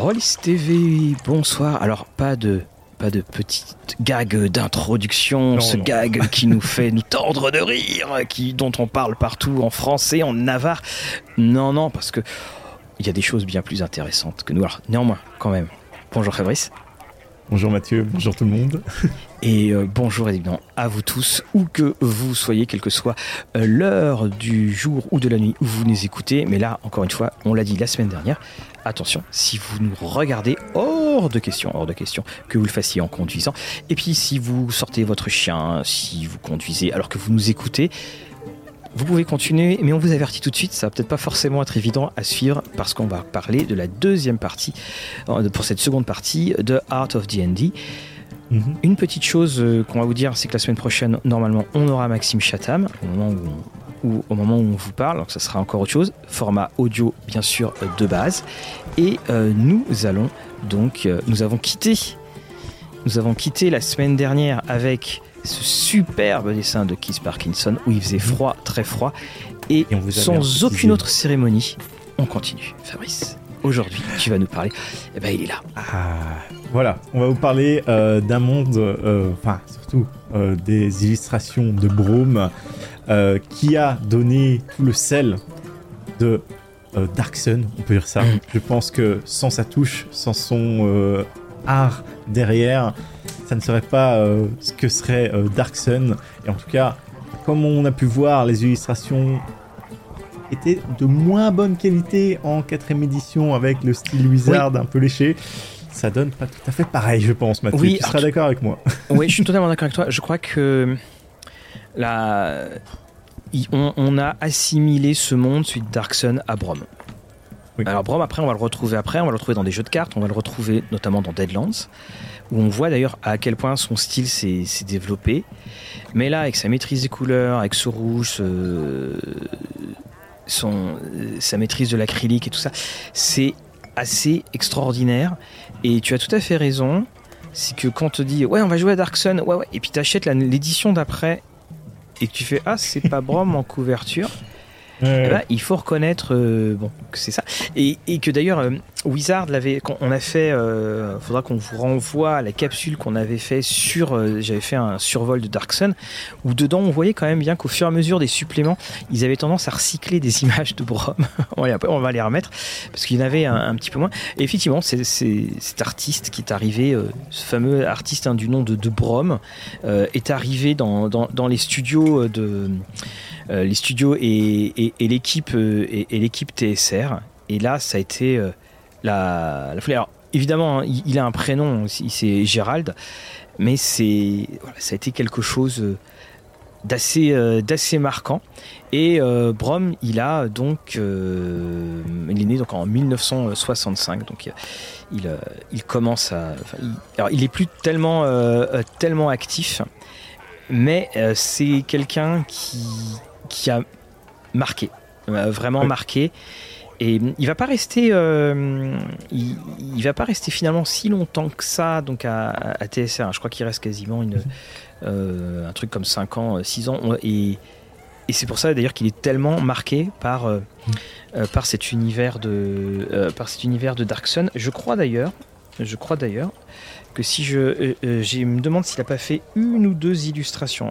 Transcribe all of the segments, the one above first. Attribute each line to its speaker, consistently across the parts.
Speaker 1: Rollis TV, bonsoir. Alors, pas de petite gag d'introduction, gag qui nous fait nous tordre de rire, dont on parle partout en français, en navarre. Non, parce que il y a des choses bien plus intéressantes que nous. Alors, néanmoins, quand même. Bonjour Fabrice.
Speaker 2: Bonjour Mathieu, bonjour tout le monde.
Speaker 1: Et bonjour évidemment à vous tous, où que vous soyez, quelle que soit l'heure du jour ou de la nuit où vous nous écoutez. Mais là, encore une fois, on l'a dit la semaine dernière, attention, si vous nous regardez, hors de question que vous le fassiez en conduisant. Et puis si vous sortez votre chien, si vous conduisez alors que vous nous écoutez, vous pouvez continuer, mais on vous avertit tout de suite, ça va peut-être pas forcément être évident à suivre parce qu'on va parler de la deuxième partie, pour cette seconde partie de Art of D&D. Une petite chose qu'on va vous dire, c'est que la semaine prochaine, normalement, on aura Maxime Chatham, au moment où on vous parle, donc ça sera encore autre chose, format audio bien sûr de base, et nous avons quitté la semaine dernière avec ce superbe dessin de Keith Parkinson où il faisait froid, très froid, et sans aucune autre cérémonie, on continue. Fabrice, aujourd'hui, tu vas nous parler, il est là.
Speaker 2: Voilà, on va vous parler d'un monde, surtout des illustrations de Braum, qui a donné tout le sel de Dark Sun, on peut dire ça. Je pense que sans sa touche, sans son art derrière, ça ne serait pas ce que serait Dark Sun. Et en tout cas, comme on a pu voir, les illustrations étaient de moins bonne qualité en 4ème édition avec le style Wizard un peu léché. Ça donne pas tout à fait pareil, je pense, Mathieu.
Speaker 1: Oui,
Speaker 2: tu seras d'accord avec moi.
Speaker 1: Oui, je suis totalement d'accord avec toi. Je crois que on a assimilé ce monde, celui de Dark Sun, à Braum. Oui. Alors Braum, après, on va le retrouver dans des jeux de cartes, on va le retrouver notamment dans Deadlands, où on voit d'ailleurs à quel point son style s'est développé. Mais là, avec sa maîtrise des couleurs, avec ce rouge, sa maîtrise de l'acrylique et tout ça, c'est assez extraordinaire. Et tu as tout à fait raison, c'est que quand on te dit ouais, on va jouer à Dark Sun, ouais, et puis t'achètes l'édition d'après et que tu fais c'est pas Braum en couverture. Il faut reconnaître que c'est ça, et que d'ailleurs Wizard on a fait, faudra qu'on vous renvoie à la capsule qu'on avait fait j'avais fait un survol de Dark Sun où dedans on voyait quand même bien qu'au fur et à mesure des suppléments ils avaient tendance à recycler des images de Braum. On va les remettre parce qu'il y en avait un petit peu moins, et effectivement c'est cet artiste qui est arrivé, ce fameux artiste du nom de Braum, est arrivé dans les studios les studios et l'équipe TSR, et là ça a été la folie. Alors évidemment il a un prénom, c'est Gérald, mais ça a été quelque chose d'assez marquant. Et Braum il est né donc en 1965, donc il commence alors il est plus tellement actif, mais c'est quelqu'un qui a marqué, vraiment marqué, et il va pas rester finalement si longtemps que ça donc à TSR. Je crois qu'il reste quasiment un truc comme 5 ans, 6 ans, et c'est pour ça d'ailleurs qu'il est tellement marqué par cet univers de Dark Sun. Je crois d'ailleurs que si je me demande s'il n'a pas fait une ou deux illustrations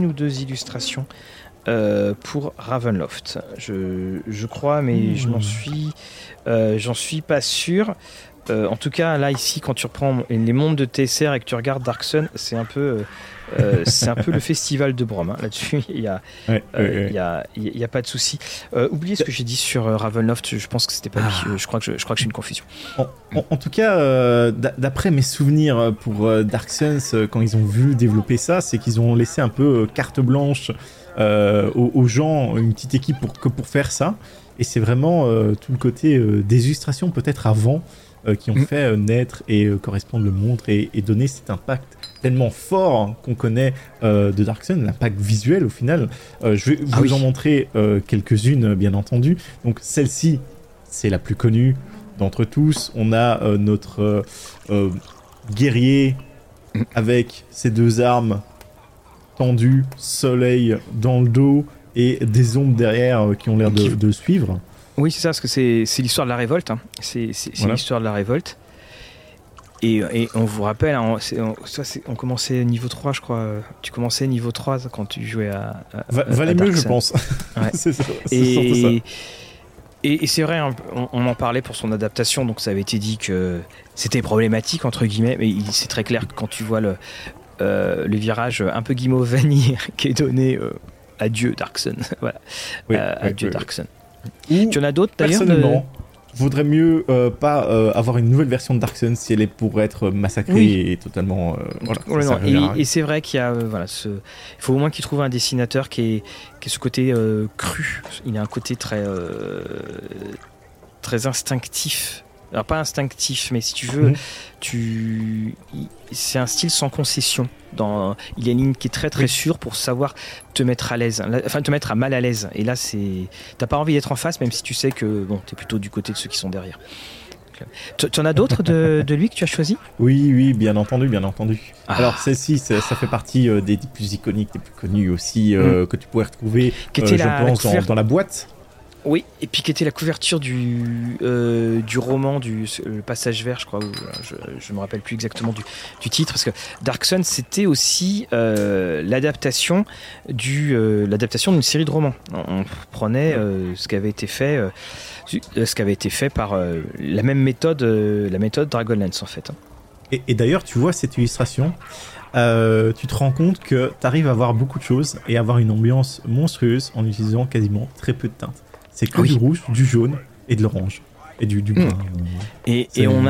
Speaker 1: pour Ravenloft. Je crois, mais j'en suis pas sûr. En tout cas, là, ici, quand tu reprends les mondes de TSR et que tu regardes Dark Sun, c'est un peu le festival de Braum. Là-dessus, il y a pas de souci. Oubliez ce que j'ai dit sur Ravenloft. Je pense que c'était pas lui. Je crois que j'ai une confusion.
Speaker 2: En tout cas, d'après mes souvenirs pour Dark Suns, quand ils ont vu développer ça, c'est qu'ils ont laissé un peu carte blanche aux gens, une petite équipe pour faire ça. Et c'est vraiment tout le côté des illustrations peut-être avant qui ont fait naître et correspondre le monde et donner cet impact tellement fort qu'on connaît de Dark Sun, l'impact visuel au final. Je vais vous en montrer quelques-unes, bien entendu. Donc celle-ci, c'est la plus connue d'entre tous. On a notre guerrier avec ses deux armes tendues, soleil dans le dos et des ombres derrière qui ont l'air de suivre.
Speaker 1: Oui, c'est ça, parce que c'est l'histoire de la révolte. Hein. C'est voilà. L'histoire de la révolte. Et on vous rappelle, hein, on commençait niveau 3, je crois. Tu commençais niveau 3 quand tu jouais à
Speaker 2: valait mieux, je pense.
Speaker 1: Ouais.
Speaker 2: c'est surtout ça.
Speaker 1: Et c'est vrai, hein, on en parlait pour son adaptation, donc ça avait été dit que c'était problématique, entre guillemets, mais c'est très clair que quand tu vois le virage un peu guillemot vanille qui est donné adieu Darksun. Voilà. Adieu Darksun. Tu en as d'autres d'ailleurs
Speaker 2: personnellement, vaudrait mieux pas avoir une nouvelle version de Dark Sun si elle est pour être massacrée et totalement.
Speaker 1: Et c'est vrai qu'il y a il faut au moins qu'il trouve un dessinateur qui ait ce côté cru. Il a un côté très très instinctif. Alors pas instinctif, mais si tu veux, c'est un style sans concession. Il y a une ligne qui est très très sûre pour savoir te mettre à l'aise, enfin te mettre à mal à l'aise. Et là, t'as pas envie d'être en face, même si tu sais que t'es plutôt du côté de ceux qui sont derrière. Tu en as d'autres de lui que tu as choisi ?
Speaker 2: Oui, bien entendu. Alors celle-ci, ça fait partie des plus iconiques, des plus connues aussi, que tu pourrais retrouver, je pense, dans la boîte.
Speaker 1: Oui, et puis qui était la couverture du roman du Passage Vert, je crois, je me rappelle plus exactement du titre, parce que Dark Sun c'était aussi l'adaptation d'une série de romans. On prenait ce qui avait été fait par la même méthode, la méthode Dragonlance en fait.
Speaker 2: Et d'ailleurs, tu vois cette illustration. Tu te rends compte que tu arrives à voir beaucoup de choses et avoir une ambiance monstrueuse en utilisant quasiment très peu de teintes. C'est que du rouge, du jaune et de l'orange et du brun.
Speaker 1: Et on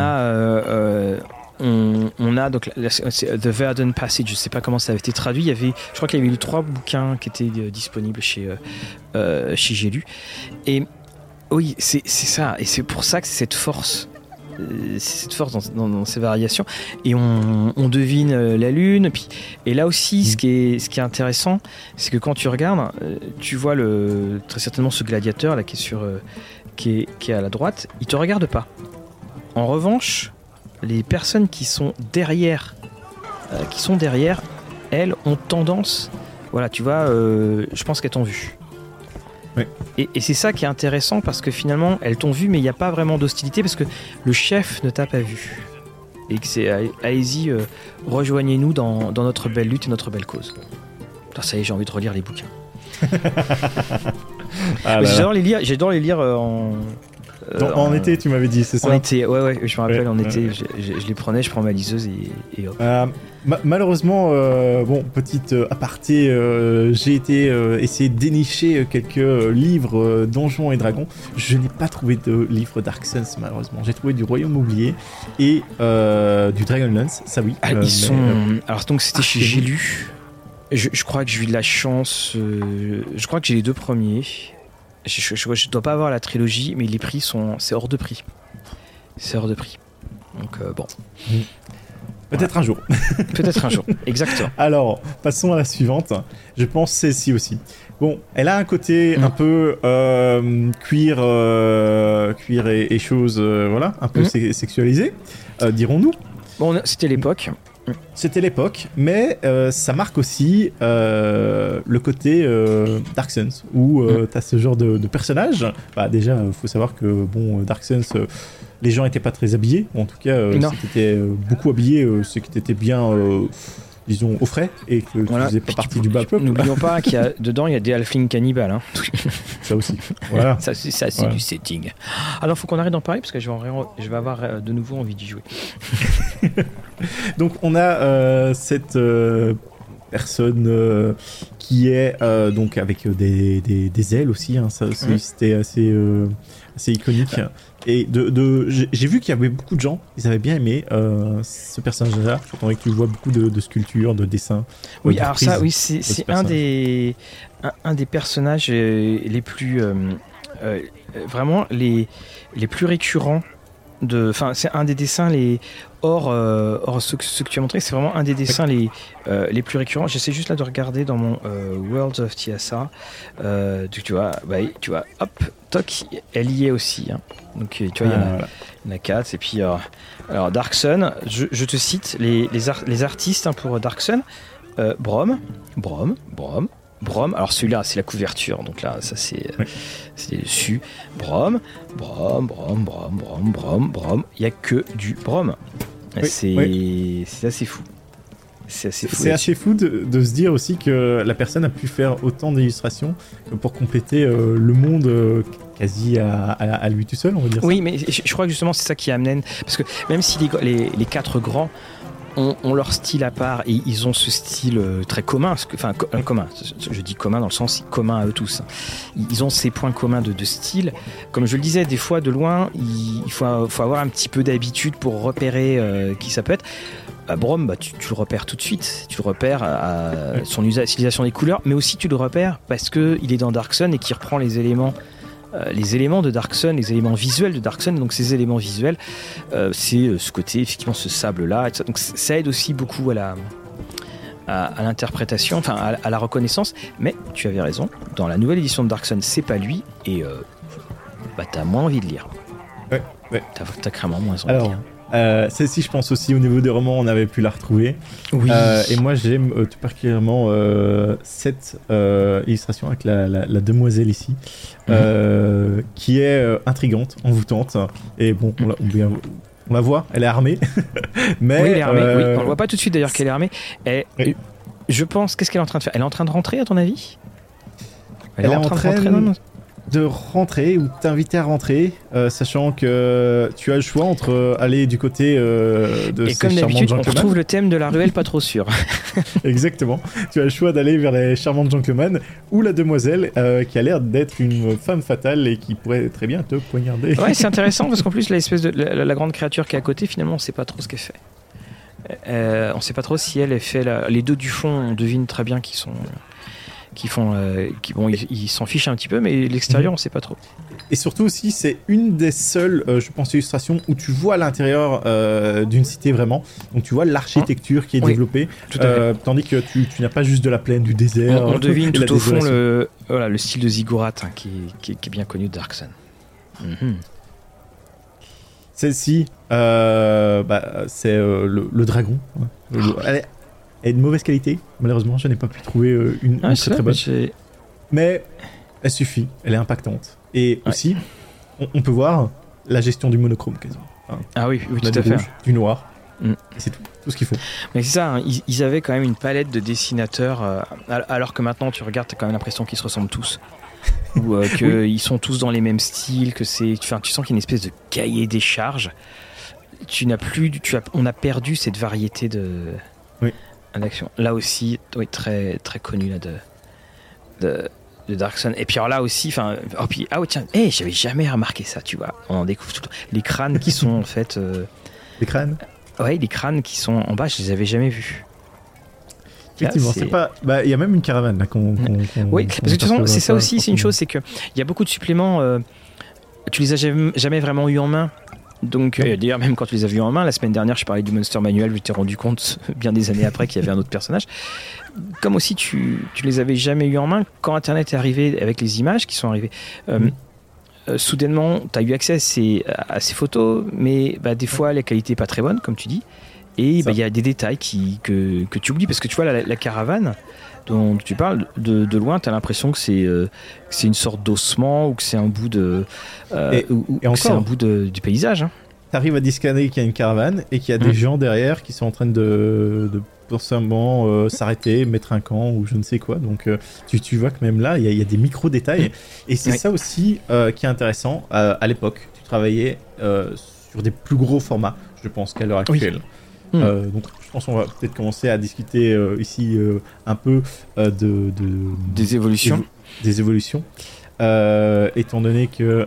Speaker 1: a donc The Verdun Passage, je sais pas comment ça avait été traduit. Je crois qu'il y avait eu 3 bouquins qui étaient disponibles chez J'ai lu. Et oui, c'est ça, et c'est pour ça que c'est cette force. C'est cette force dans ces variations, et on devine la lune. Et là aussi, ce qui est intéressant, c'est que quand tu regardes, tu vois très certainement ce gladiateur là qui est à la droite, il te regarde pas. En revanche, les personnes qui sont derrière, elles ont tendance, voilà, tu vois, je pense qu'elles t'ont vu.
Speaker 2: Oui.
Speaker 1: Et c'est ça qui est intéressant, parce que finalement elles t'ont vu, mais il n'y a pas vraiment d'hostilité parce que le chef ne t'a pas vu, et que c'est allez-y, rejoignez-nous dans notre belle lutte et notre belle cause. Putain, ça y est, j'ai envie de relire les bouquins. J'adore les lire
Speaker 2: en été, tu m'avais dit, c'est ça ?
Speaker 1: En été, ouais, je me rappelle, en été, je les prenais, je prends ma liseuse et hop.
Speaker 2: Malheureusement, petite aparté, j'ai été essayer de dénicher quelques livres Donjons et Dragons. Je n'ai pas trouvé de livre Dark Suns, malheureusement. J'ai trouvé du Royaume oublié et du Dragonlance, ça oui.
Speaker 1: Alors donc c'était chez J'ai lu. Je crois que j'ai eu de la chance. Je crois que j'ai les 2 premiers. Je dois pas avoir la trilogie, mais les prix c'est hors de prix. Donc bon.
Speaker 2: Peut-être un jour.
Speaker 1: Peut-être un jour, exactement.
Speaker 2: Alors, passons à la suivante. Je pense celle-ci aussi. Bon, elle a un côté un peu cuir et choses, voilà, un peu sexualisé, dirons-nous.
Speaker 1: Bon, c'était l'époque.
Speaker 2: C'était l'époque, mais ça marque aussi le côté Dark Suns, où t'as ce genre de personnage. Bah, déjà, faut savoir que Dark Suns, les gens étaient pas très habillés. En tout cas, si t'étais beaucoup habillé, c'est que t'étais bien, disons, au frais et que tu faisais pas partie du bas peuple.
Speaker 1: N'oublions pas qu'il y a dedans, il y a des halflings cannibales. Hein.
Speaker 2: Ça aussi. Voilà.
Speaker 1: Ça, c'est du setting. Alors, faut qu'on arrête d'en parler parce que je vais avoir de nouveau envie d'y jouer.
Speaker 2: Donc, on a cette personne qui est donc avec des ailes aussi. Hein, ça aussi, c'était assez iconique. Et j'ai vu qu'il y avait beaucoup de gens, ils avaient bien aimé ce personnage-là, étant donné que tu vois beaucoup de sculptures, de dessins.
Speaker 1: Oui, alors ça, oui, c'est un des personnages les plus vraiment les plus récurrents. C'est un des dessins hors ce que tu as montré, c'est vraiment un des dessins les plus récurrents. J'essaie juste là de regarder dans mon World of TSA. Tu vois, hop, toc, elle y est aussi. Hein. Donc tu vois, il y en a 4. Et puis alors Dark Sun, je te cite les artistes hein, pour Dark Sun. Brom. Alors celui-là, c'est la couverture, donc là, ça c'est dessus. Brom. Il y a que du Brom. C'est assez fou. C'est
Speaker 2: assez fou de se dire aussi que la personne a pu faire autant d'illustrations pour compléter le monde quasi à lui tout seul, on va dire.
Speaker 1: Oui, mais je crois que justement c'est ça qui amène, parce que même si les 4 grands ont leur style à part et ils ont ce style très commun, commun, je dis commun dans le sens commun à eux tous, ils ont ces points communs de style. Comme je le disais, des fois de loin il faut avoir un petit peu d'habitude pour repérer qui ça peut être. Brom, tu le repères tout de suite, tu le repères à son utilisation des couleurs, mais aussi tu le repères parce qu'il est dans Dark Sun et qu'il reprend les éléments de Dark Sun, les éléments visuels de Dark Sun. Donc ces éléments visuels, c'est ce côté, effectivement, ce sable-là. Donc ça aide aussi beaucoup à l'interprétation, enfin à la reconnaissance. Mais tu avais raison, dans la nouvelle édition de Dark Sun, c'est pas lui, et t'as moins envie de lire.
Speaker 2: Ouais.
Speaker 1: T'as clairement moins envie de lire.
Speaker 2: Celle-ci, je pense aussi au niveau des romans, on avait pu la retrouver.
Speaker 1: Oui.
Speaker 2: Et moi, j'aime tout particulièrement cette illustration avec la demoiselle ici, qui est intrigante, envoûtante. Et bon, on la voit, elle est armée. Mais,
Speaker 1: oui, elle est armée. Oui. On ne voit pas tout de suite d'ailleurs qu'elle est armée. Et je pense, qu'est-ce qu'elle est en train de faire ? Elle est en train de rentrer, à ton avis ?
Speaker 2: Elle est en train de rentrer ou t'inviter à rentrer, sachant que tu as le choix entre aller du côté de
Speaker 1: et
Speaker 2: ces
Speaker 1: comme
Speaker 2: charmantes
Speaker 1: d'habitude,
Speaker 2: gentlemen.
Speaker 1: on retrouve le thème de la ruelle pas trop sûr.
Speaker 2: Exactement. Tu as le choix d'aller vers les charmantes gentlemen ou la demoiselle qui a l'air d'être une femme fatale et qui pourrait très bien te poignarder. Ouais,
Speaker 1: c'est intéressant parce qu'en plus l'espèce de la grande créature qui est à côté, finalement, on sait pas trop ce qu'elle fait. On sait pas trop si elle fait les deux du fond. On devine très bien qu'ils s'en fichent un petit peu, mais l'extérieur on sait pas trop.
Speaker 2: Et surtout aussi, c'est une des seules, je pense, illustrations où tu vois l'intérieur d'une cité vraiment. Donc tu vois l'architecture qui est développée, tandis que tu n'as pas juste de la plaine, du désert.
Speaker 1: On devine tout au fond le style de Ziggurat qui est bien connu de Dark Sun.
Speaker 2: Celle-ci, c'est le dragon. Elle est de mauvaise qualité, malheureusement, je n'ai pas pu trouver une très bonne. Mais elle suffit, elle est impactante. Et aussi, on peut voir la gestion du monochrome quasiment.
Speaker 1: Oui, tout à fait.
Speaker 2: Du noir. C'est tout ce qu'il faut.
Speaker 1: Mais c'est ça, ils avaient quand même une palette de dessinateurs, alors que maintenant tu regardes, t'as quand même l'impression qu'ils se ressemblent tous. Ou qu'ils sont tous dans les mêmes styles, tu sens qu'il y a une espèce de cahier des charges. On a perdu cette variété d'action. Là aussi, très, très connu là, de Dark Sun. Et puis alors là aussi, j'avais jamais remarqué ça, tu vois. On en découvre tout les crânes qui sont en fait...
Speaker 2: Les crânes ?
Speaker 1: Ouais, les crânes qui sont en bas, je les avais jamais vus.
Speaker 2: Effectivement, c'est pas. Il y a même une caravane là
Speaker 1: oui, parce que de toute façon, c'est ça aussi, c'est une chose, c'est que il y a beaucoup de suppléments. Tu les as jamais vraiment eu en main. Donc, d'ailleurs, même quand tu les as vus en main, la semaine dernière, je parlais du Monster Manual, je t'ai rendu compte bien des années après qu'il y avait un autre personnage. Comme aussi, tu les avais jamais eu en main. Quand Internet est arrivé avec les images qui sont arrivées, soudainement, tu as eu accès à ces photos, mais des fois, la qualité n'est pas très bonne, comme tu dis. Et il y a des détails que tu oublies, parce que tu vois, la caravane dont tu parles, de loin, tu as l'impression que c'est une sorte d'ossement ou que c'est un bout c'est un bout du paysage.
Speaker 2: Tu arrives à discerner qu'il y a une caravane et qu'il y a des gens derrière qui sont en train de potentiellement s'arrêter, mettre un camp ou je ne sais quoi. Donc tu vois que même là, il y a des micro-détails. Et c'est ça aussi qui est intéressant. À l'époque, tu travaillais sur des plus gros formats, je pense, qu'à l'heure actuelle. Donc je pense qu'on va peut-être commencer à discuter ici un peu
Speaker 1: des évolutions.
Speaker 2: Des évolutions. Étant donné que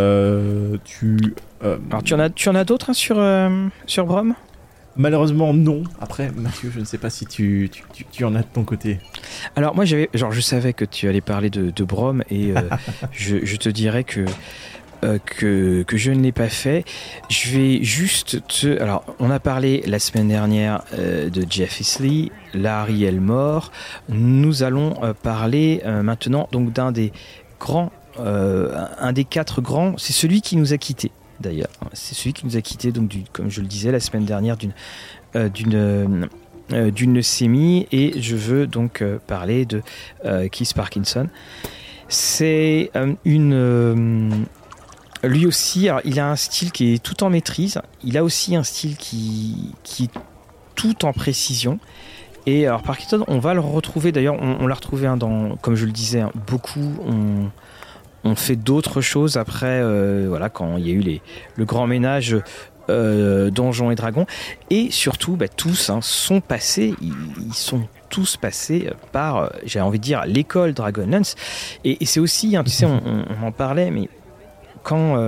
Speaker 1: Alors tu en as d'autres sur Brom ?
Speaker 2: Malheureusement non. Après Mathieu, je ne sais pas si tu en as de ton côté.
Speaker 1: Alors moi je savais que tu allais parler de Brom et je te dirais que je ne l'ai pas fait. Je vais juste Alors, on a parlé la semaine dernière de Jeff Isley, Larry Elmore. Nous allons parler maintenant donc d'un des grands, un des 4 grands. C'est celui qui nous a quittés, d'ailleurs. C'est celui qui nous a quittés, donc comme je le disais la semaine dernière, d'une leucémie. Et je veux donc parler de Keith Parkinson. C'est lui aussi, alors, il a un style qui est tout en maîtrise. Il a aussi un style qui est tout en précision. Et alors Parkinson, on va le retrouver, d'ailleurs, on l'a retrouvé comme je le disais, beaucoup on fait d'autres choses après, voilà, quand il y a eu le grand ménage Donjons et Dragons. Et surtout, tous sont passés, ils sont tous passés par, j'ai envie de dire, l'école Dragonlance. Et c'est aussi, tu sais, on en parlait, mais quand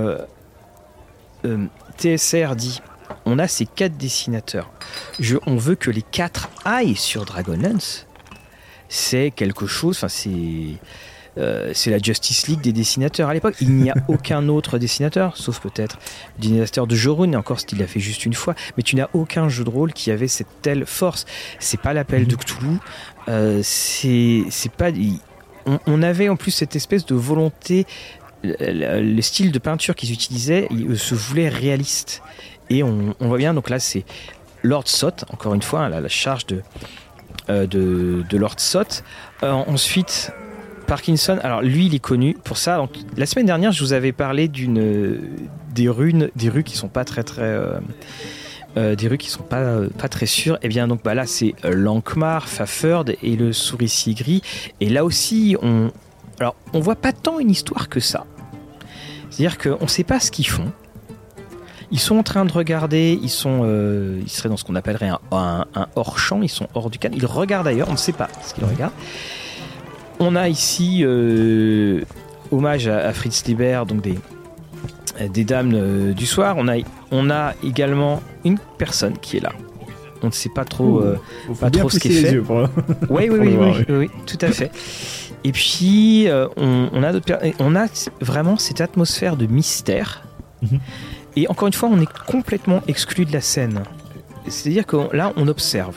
Speaker 1: TSR dit on a ces 4 dessinateurs, on veut que les 4 aillent sur Dragonlance, c'est quelque chose, c'est la Justice League des dessinateurs à l'époque. Il n'y a aucun autre dessinateur, sauf peut-être le dessinateur de Jorun, et encore il l'a fait juste une fois, mais tu n'as aucun jeu de rôle qui avait cette telle force. C'est pas l'appel de Cthulhu, c'est pas... On avait en plus cette espèce de volonté, le style de peinture qu'ils utilisaient se voulait réaliste. Et on voit bien, donc là c'est Lord Sot, encore une fois, la charge de Lord Sot. Ensuite, Parkinson, alors lui il est connu pour ça. Donc, la semaine dernière je vous avais parlé des rues qui sont pas très des rues qui sont pas très sûres. Et bien donc là c'est Lankhmar, Fafhrd et le souricier gris. Et là aussi on voit pas tant une histoire que ça. C'est-à-dire qu'on sait pas ce qu'ils font. Ils sont en train de regarder, ils seraient dans ce qu'on appellerait un hors-champ, ils sont hors du cadre, ils regardent ailleurs, on ne sait pas ce qu'ils regardent. On a ici hommage à Fritz Leiber, donc des dames du soir. On a également une personne qui est là. On ne sait pas trop, ce qui est fait. Oui, tout à fait. Et puis on a vraiment cette atmosphère de mystère. Et encore une fois, on est complètement exclu de la scène. C'est-à-dire que là, on observe.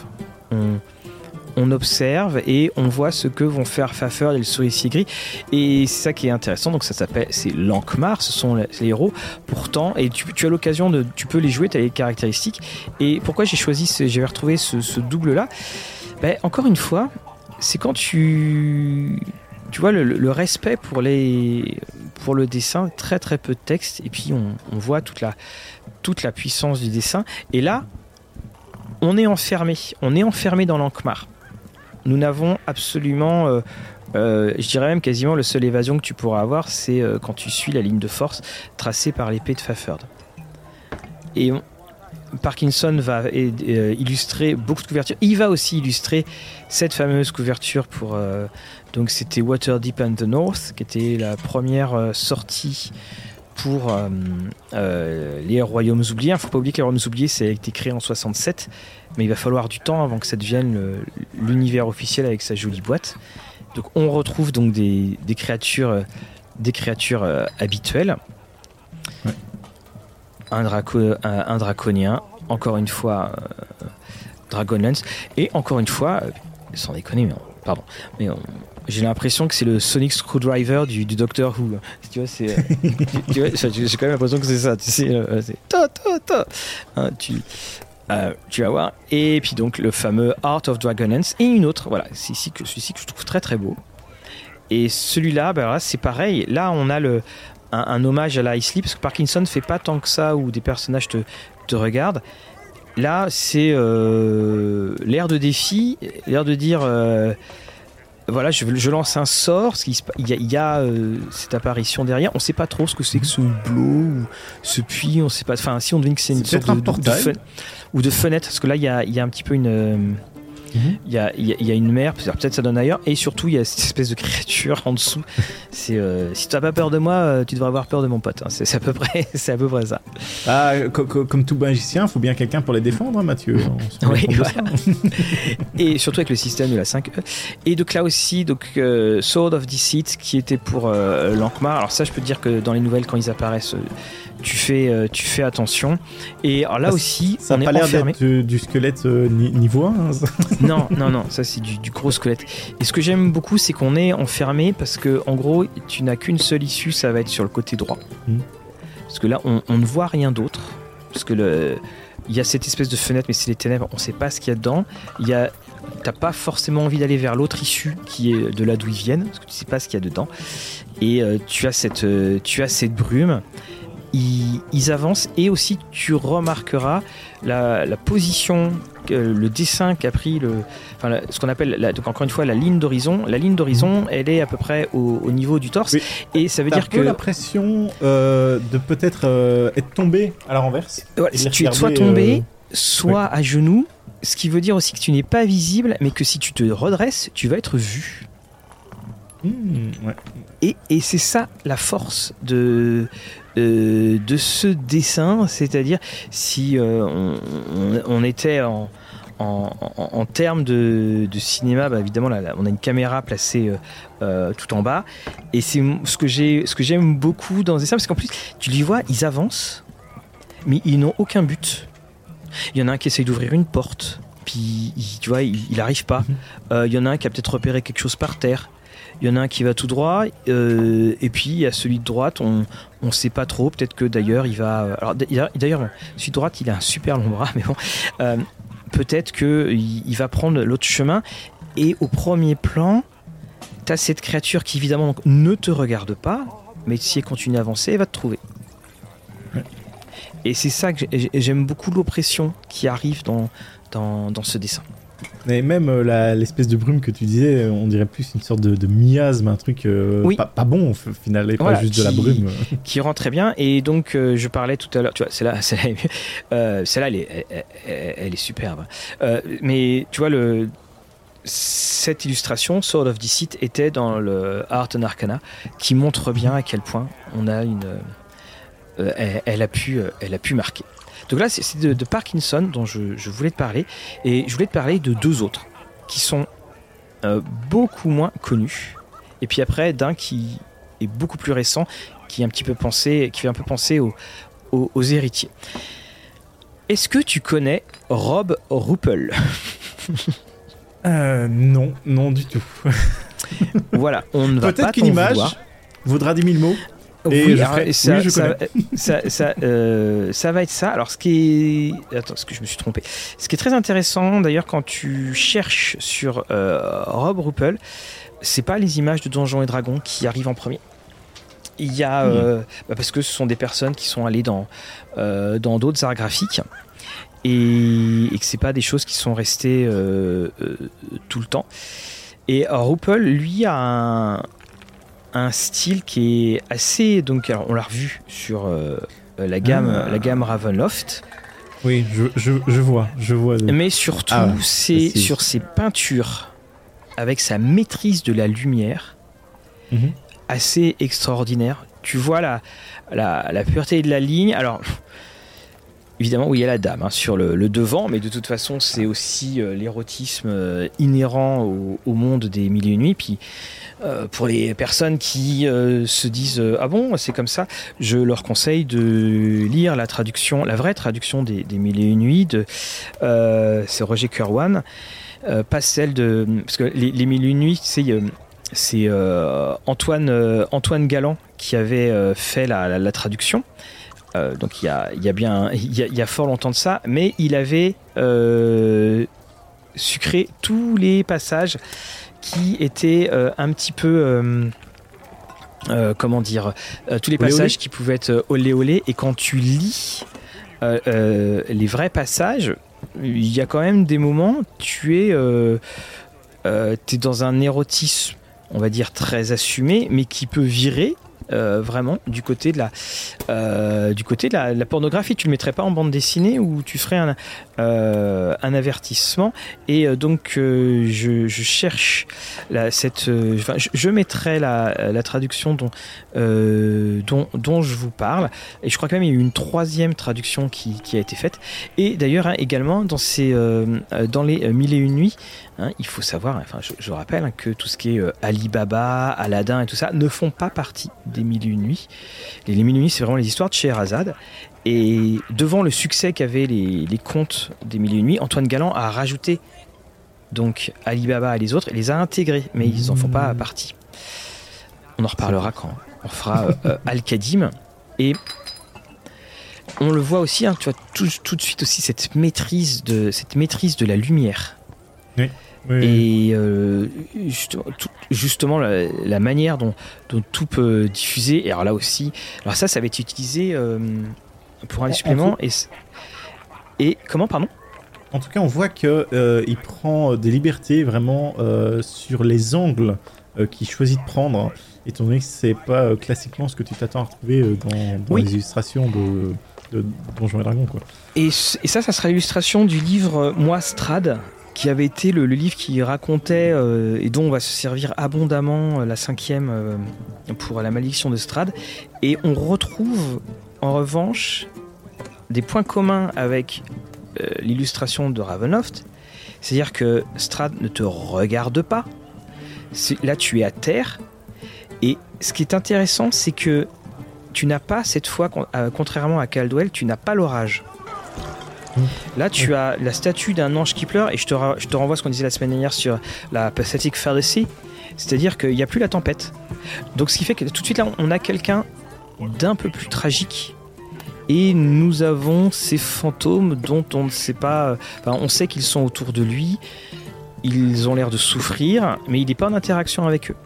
Speaker 1: On observe et on voit ce que vont faire Fafhrd et le souricier gris. Et c'est ça qui est intéressant. Donc c'est Lankhmar, ce sont les héros. Pourtant, et tu as l'occasion tu peux les jouer, tu as les caractéristiques. Et pourquoi j'avais retrouvé ce double-là, encore une fois, c'est quand tu vois le respect pour le dessin, très très peu de texte, et puis on voit toute la puissance du dessin. Et là, on est enfermé dans Lankhmar. Nous n'avons absolument, je dirais même quasiment, la seule évasion que tu pourras avoir, c'est quand tu suis la ligne de force tracée par l'épée de Fafhrd. Et Parkinson va illustrer beaucoup de couvertures. Il va aussi illustrer cette fameuse couverture pour... donc c'était Waterdeep and the North, qui était la première sortie pour les Royaumes oubliés. Il ne faut pas oublier que les Royaumes oubliés, ça a été créé en 67, mais il va falloir du temps avant que ça devienne l'univers officiel avec sa jolie boîte. Donc on retrouve donc des créatures habituelles. Ouais. Un draconien, encore une fois Dragonlance, et encore une fois, sans déconner, mais j'ai l'impression que c'est le Sonic Screwdriver du Doctor Who. Tu vois, j'ai quand même l'impression que c'est ça. Tu sais, c'est hein, tu vas voir. Et puis donc le fameux Art of Dragonlance et une autre. Voilà, c'est celui-ci que je trouve très très beau. Et celui-là, là, c'est pareil. Là, on a un hommage à la Ice Lee, parce que Parkinson ne fait pas tant que ça où des personnages te regardent. Là, c'est l'air de défi, l'air de dire voilà, je lance un sort, parce qu'il y a cette apparition derrière. On ne sait pas trop ce que c'est que ce hublot ou ce puits. On sait pas. Enfin, si on devine que c'est une sorte de fenêtre, parce que là, il y a un petit peu une. Il y a une mer, peut-être ça donne ailleurs, et surtout il y a cette espèce de créature en dessous. Si tu n'as pas peur de moi, tu devrais avoir peur de mon pote. Hein. C'est à peu près ça.
Speaker 2: Ah, comme tout magicien, il faut bien quelqu'un pour les défendre, hein, Mathieu.
Speaker 1: Oui, voilà. Et surtout avec le système de la 5E. Et donc là aussi, Sword of Deceit qui était pour Lankhmar. Alors ça, je peux te dire que dans les nouvelles, quand ils apparaissent, tu fais attention. Et alors là aussi,
Speaker 2: ça
Speaker 1: on est
Speaker 2: pas l'air
Speaker 1: enfermé.
Speaker 2: D'être du squelette niveau 1. Hein,
Speaker 1: Non, ça c'est du gros squelette. Et ce que j'aime beaucoup, c'est qu'on est enfermé parce que en gros, tu n'as qu'une seule issue, ça va être sur le côté droit. Parce que là, on ne voit rien d'autre. Parce que il y a cette espèce de fenêtre, mais c'est les ténèbres, on ne sait pas ce qu'il y a dedans. T'as pas forcément envie d'aller vers l'autre issue qui est de là d'où ils viennent, parce que tu sais pas ce qu'il y a dedans. Et tu as cette brume. ils avancent, et aussi tu remarqueras la position, le dessin qu'a pris ce qu'on appelle donc encore une fois la ligne d'horizon. La ligne d'horizon, elle est à peu près au niveau du torse, et ça veut dire que
Speaker 2: l'impression de peut-être être tombé à la renverse.
Speaker 1: Voilà, si tu es soit tombé, soit à genoux, ce qui veut dire aussi que tu n'es pas visible, mais que si tu te redresses, tu vas être vu. Et c'est ça la force de ce dessin, c'est-à-dire si on était en termes de cinéma, évidemment là, on a une caméra placée tout en bas, et c'est ce que j'aime beaucoup dans ce dessin, parce qu'en plus tu les vois, ils avancent, mais ils n'ont aucun but. Il y en a un qui essaye d'ouvrir une porte, puis tu vois, il arrive pas. Il y en a un qui a peut-être repéré quelque chose par terre. Il y en a un qui va tout droit, et puis il y a celui de droite, on sait pas trop, peut-être que d'ailleurs il va... Alors d'ailleurs, celui de droite, il a un super long bras, mais bon, peut-être qu'il va prendre l'autre chemin, et au premier plan, t'as cette créature qui évidemment donc, ne te regarde pas, mais si elle continue à avancer, elle va te trouver. Et c'est ça que j'aime beaucoup, l'oppression qui arrive dans ce dessin.
Speaker 2: Et même l'espèce de brume que tu disais, on dirait plus une sorte de miasme, un truc pas bon au final, et pas juste de la brume.
Speaker 1: Qui rend très bien. Et donc, je parlais tout à l'heure, tu vois, celle-là elle est superbe. Mais tu vois, cette illustration, Sword of Deceit, était dans le Art and Arcana, qui montre bien à quel point on a elle a pu marquer. Donc là, c'est de Parkinson dont je voulais te parler, et je voulais te parler de deux autres qui sont beaucoup moins connus, et puis après d'un qui est beaucoup plus récent, qui fait un peu penser aux héritiers. Est-ce que tu connais Rob Ruppel?
Speaker 2: Non du tout.
Speaker 1: Voilà, on ne va
Speaker 2: peut-être
Speaker 1: pas
Speaker 2: qu'une image
Speaker 1: vouloir.
Speaker 2: Vaudra 10 000 mots.
Speaker 1: Oui,
Speaker 2: je
Speaker 1: connais. Ça va être ça. Alors, est-ce que je me suis trompé? Ce qui est très intéressant, d'ailleurs, quand tu cherches sur Rob Ruppel, c'est pas les images de Donjons et Dragons qui arrivent en premier. Il y a parce que ce sont des personnes qui sont allées dans d'autres arts graphiques, et que c'est pas des choses qui sont restées tout le temps. Et Ruppel, lui, a un style qui est assez... Donc, alors, on l'a revu sur la gamme Ravenloft.
Speaker 2: Oui, je vois.
Speaker 1: Mais surtout, c'est sur ses peintures, avec sa maîtrise de la lumière, assez extraordinaire. Tu vois la pureté de la ligne. Alors, évidemment, oui, il y a la dame sur le devant, mais de toute façon, c'est aussi l'érotisme inhérent au monde des Mille et une nuits. Puis, pour les personnes qui se disent ah bon, c'est comme ça, je leur conseille de lire la vraie traduction des Mille et une nuits c'est Roger Kerwan, pas celle de, parce que les Mille et une nuits, c'est Antoine Galland qui avait fait la traduction. Donc il y a fort longtemps de ça, mais il avait sucré tous les passages qui étaient un petit peu tous les passages qui pouvaient être olé, et quand tu lis les vrais passages, il y a quand même des moments, t'es dans un érotisme, on va dire, très assumé, mais qui peut virer vraiment du côté de la pornographie. Tu le mettrais pas en bande dessinée, ou tu ferais un avertissement. Et donc je cherche je mettrai la traduction dont je vous parle, et je crois quand même il y a eu une troisième traduction qui a été faite. Et d'ailleurs également dans les Mille et une nuits, il faut savoir, je rappelle que tout ce qui est Alibaba, Aladdin et tout ça ne font pas partie des Mille et une nuits. Les Mille et une nuits, c'est vraiment les histoires de Scheherazade. Et devant le succès qu'avaient les contes des Mille et une nuits, Antoine Galland a rajouté donc Alibaba et les autres, et les a intégrés, mais ils n'en font pas partie. On en reparlera quand on fera Al-Qadim. Et on le voit aussi, tu vois, tout de suite aussi cette maîtrise de la lumière.
Speaker 2: Oui. Oui.
Speaker 1: Et justement la manière dont tout peut diffuser. Et alors là aussi, alors ça va être utilisé pour un des suppléments. Et comment, pardon?
Speaker 2: En tout cas, on voit qu'il prend des libertés vraiment sur les angles qu'il choisit de prendre, étant donné que c'est pas classiquement ce que tu t'attends à retrouver dans les illustrations de Donjons et Dragons, quoi.
Speaker 1: Et ça sera l'illustration du livre Moi Strahd, qui avait été le livre qui racontait et dont on va se servir abondamment la 5e pour la malédiction de Strahd. Et on retrouve en revanche des points communs avec l'illustration de Ravenloft, c'est-à-dire que Strahd ne te regarde pas, là tu es à terre, et ce qui est intéressant, c'est que tu n'as pas cette fois, contrairement à Caldwell, tu n'as pas l'orage. Là tu as la statue d'un ange qui pleure, et je te renvoie à ce qu'on disait la semaine dernière sur la Pathetic Fallacy, c'est-à-dire qu'il n'y a plus la tempête. Donc ce qui fait que tout de suite là on a quelqu'un d'un peu plus tragique. Et nous avons ces fantômes dont on ne sait pas... on sait qu'ils sont autour de lui, ils ont l'air de souffrir, mais il n'est pas en interaction avec eux.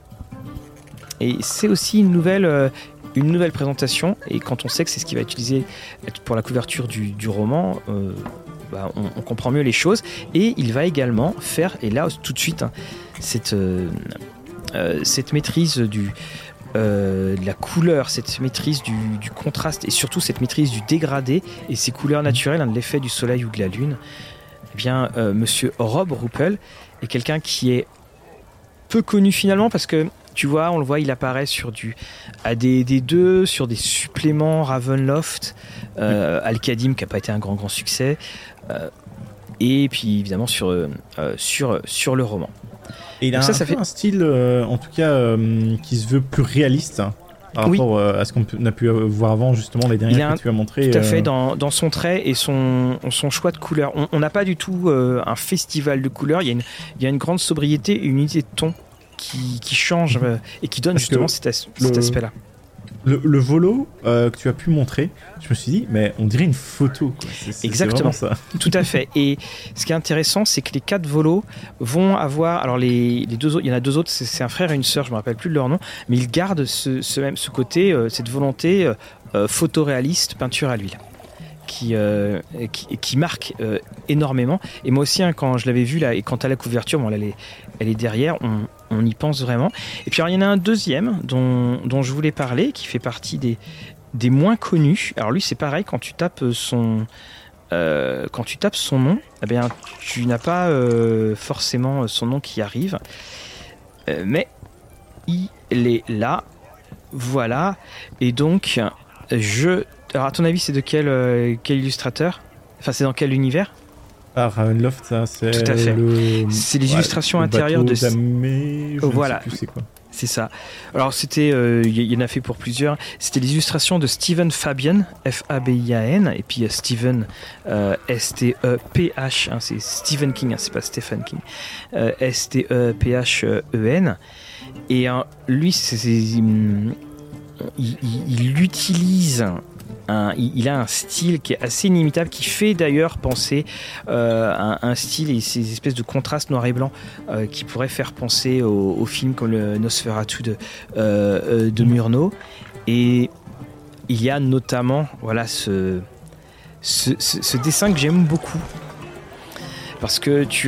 Speaker 1: Et c'est aussi une nouvelle présentation, et quand on sait que c'est ce qui va utiliser pour la couverture du roman, on comprend mieux les choses. Et il va également faire, et là tout de suite, cette maîtrise de la couleur, cette maîtrise du contraste, et surtout cette maîtrise du dégradé et ces couleurs naturelles, de l'effet du soleil ou de la lune. Eh bien, monsieur Rob Ruppel est quelqu'un qui est peu connu finalement, parce que tu vois, on le voit, il apparaît sur du AD&D2, sur des suppléments Ravenloft, Al-Qadim qui n'a pas été un grand succès, et puis évidemment sur le roman.
Speaker 2: Et il a fait un style, en tout cas, qui se veut plus réaliste par rapport à ce qu'on a pu voir avant, justement, les dernières que tu as montrées.
Speaker 1: Tout à fait, dans son trait et son choix de couleurs. On n'a pas du tout un festival de couleurs, il y a une grande sobriété et une unité de ton qui change et qui donne justement cet aspect-là.
Speaker 2: Le volo que tu as pu montrer, je me suis dit, mais on dirait une photo, quoi.
Speaker 1: Exactement,
Speaker 2: c'est ça.
Speaker 1: Tout à fait. Et ce qui est intéressant, c'est que les 4 volos vont avoir, alors les 2 autres, il y en a 2 autres, c'est un frère et une sœur, je me rappelle plus de leur nom, mais ils gardent ce côté, cette volonté photoréaliste, peinture à l'huile, qui marque énormément. Et moi aussi, quand je l'avais vu là, et quand à la couverture, bon, là, elle est derrière, on y pense vraiment. Et puis alors, il y en a un deuxième dont je voulais parler, qui fait partie des moins connus. Alors lui, c'est pareil, quand tu tapes son nom, eh bien, tu n'as pas forcément son nom qui arrive, mais il est là, voilà. Et donc alors à ton avis, c'est de quel illustrateur? Enfin, c'est dans quel univers?
Speaker 2: Ravenloft, ça, c'est
Speaker 1: tout à fait. C'est les illustrations intérieures de
Speaker 2: Damé,
Speaker 1: voilà.
Speaker 2: Ne sais plus c'est quoi.
Speaker 1: C'est ça. Alors c'était, il y en a fait pour plusieurs. C'était les illustrations de Stephen Fabian, Fabian, et puis Stephen S-T-E-P-H, c'est Stephen King, c'est pas Stephen King, S-T-E-P-H-E-N. Et lui, il utilise. Il a un style qui est assez inimitable, qui fait d'ailleurs penser un style et ces espèces de contrastes noir et blanc qui pourraient faire penser au film comme le Nosferatu de Murnau. Et il y a notamment ce dessin que j'aime beaucoup, parce que tu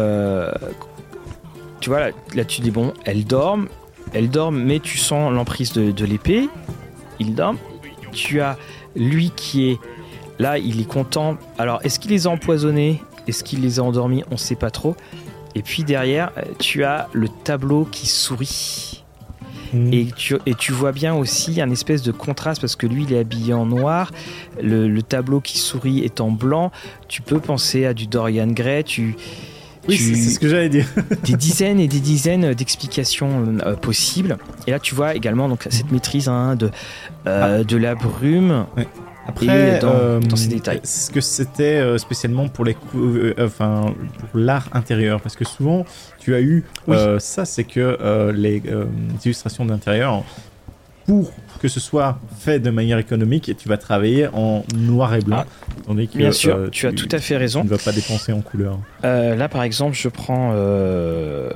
Speaker 1: vois là tu dis bon, elle dort, mais tu sens l'emprise de l'épée. Il dort. Tu as lui qui est là, il est content. Alors, est-ce qu'il les a empoisonnés? Est-ce qu'il les a endormis? On ne sait pas trop. Et puis derrière, tu as le tableau qui sourit. Et tu vois bien aussi un espèce de contraste, parce que lui, il est habillé en noir. Le tableau qui sourit est en blanc. Tu peux penser à du Dorian Gray.
Speaker 2: Oui, c'est ce que j'allais dire.
Speaker 1: Des dizaines et des dizaines d'explications possibles. Et là, tu vois également donc, cette maîtrise de la brume. Ouais.
Speaker 2: Après,
Speaker 1: dans ces détails.
Speaker 2: Est-ce que c'était spécialement pour pour l'art intérieur? Parce que souvent, tu as eu ça, c'est que les illustrations d'intérieur, pour que ce soit fait de manière économique, tu vas travailler en noir et blanc. Tandis que,
Speaker 1: bien sûr, tu as tout à fait raison.
Speaker 2: Tu ne vas pas dépenser en couleur.
Speaker 1: Là, par exemple, je prends le...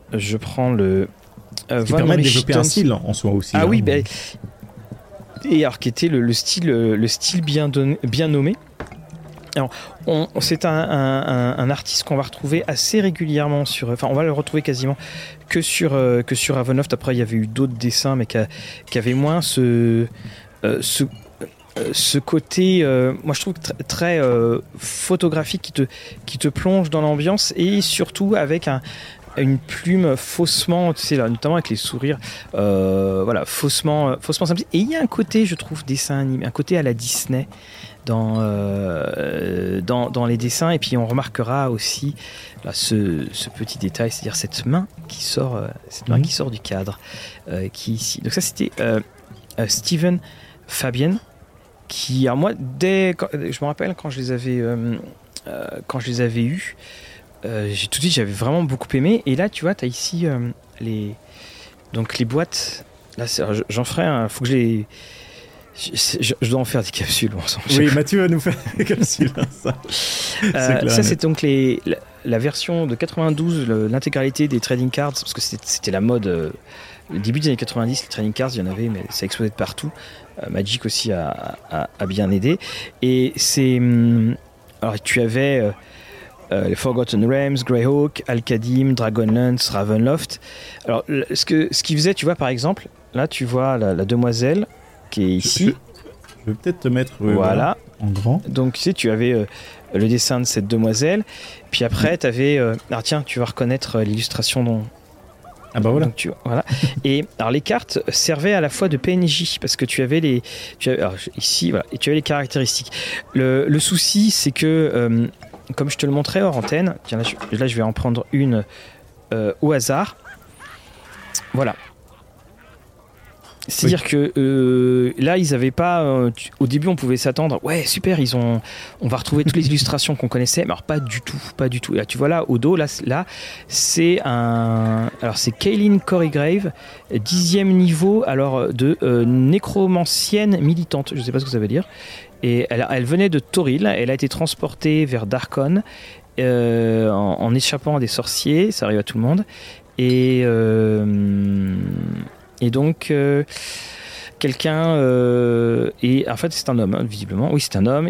Speaker 2: Ce qui permet de développer un style en soi aussi.
Speaker 1: Ah oui, et alors qui était le style bien nommé. Alors, c'est un artiste qu'on va retrouver assez régulièrement on va le retrouver quasiment que sur Ravenloft. Après, il y avait eu d'autres dessins, mais qui avaient moins ce côté, moi je trouve très photographique qui te plonge dans l'ambiance, et surtout avec une plume faussement, tu sais là, notamment avec les sourires, faussement simple. Et il y a un côté, je trouve, dessin animé, un côté à la Disney dans les dessins. Et puis on remarquera aussi là, ce petit détail, c'est-à-dire cette main qui sort du cadre, qui ici. Donc ça, c'était Steven Fabian, qui, alors moi, je me rappelle quand je les avais eus, j'ai tout dit, j'avais vraiment beaucoup aimé. Et là, tu vois, tu as ici les boîtes. Là, j'en ferai un. Faut que je dois en faire des capsules.
Speaker 2: Oui, Mathieu va nous faire des capsules. Ça,
Speaker 1: c'est donc la version de 92, l'intégralité des trading cards, parce que c'était la mode. Le début des années 90, les trading cards, il y en avait, mais ça explosait de partout. Magic aussi a bien aidé. Et c'est. Alors, tu avais. Les Forgotten Realms, Greyhawk, Al-Qadim, Dragonlance, Ravenloft. Alors, ce qui faisait, tu vois, par exemple, là, tu vois la demoiselle qui est ici.
Speaker 2: Je vais peut-être te mettre
Speaker 1: voilà.
Speaker 2: En grand.
Speaker 1: Donc, tu sais, tu avais le dessin de cette demoiselle. Puis après, tu avais... alors, tiens, tu vas reconnaître l'illustration dont...
Speaker 2: Ah bah voilà.
Speaker 1: Donc, voilà. Et alors, les cartes servaient à la fois de PNJ, parce que tu avais alors, ici, voilà, et tu avais les caractéristiques. Le souci, c'est que... comme je te le montrais hors antenne, tiens, là je vais en prendre une au hasard. Voilà. C'est-à-dire que là, ils n'avaient pas... au début, on pouvait s'attendre, ouais, super, on va retrouver toutes les illustrations qu'on connaissait, mais alors pas du tout. Et là, tu vois là, au dos, là c'est c'est Kaylin Corrigrave, 10e niveau, alors de nécromancienne militante, je ne sais pas ce que ça veut dire. Et elle venait de Toril, elle a été transportée vers Darkon en échappant à des sorciers, ça arrive à tout le monde. Et donc, quelqu'un... et en fait, c'est un homme, hein, visiblement. Oui, c'est un homme.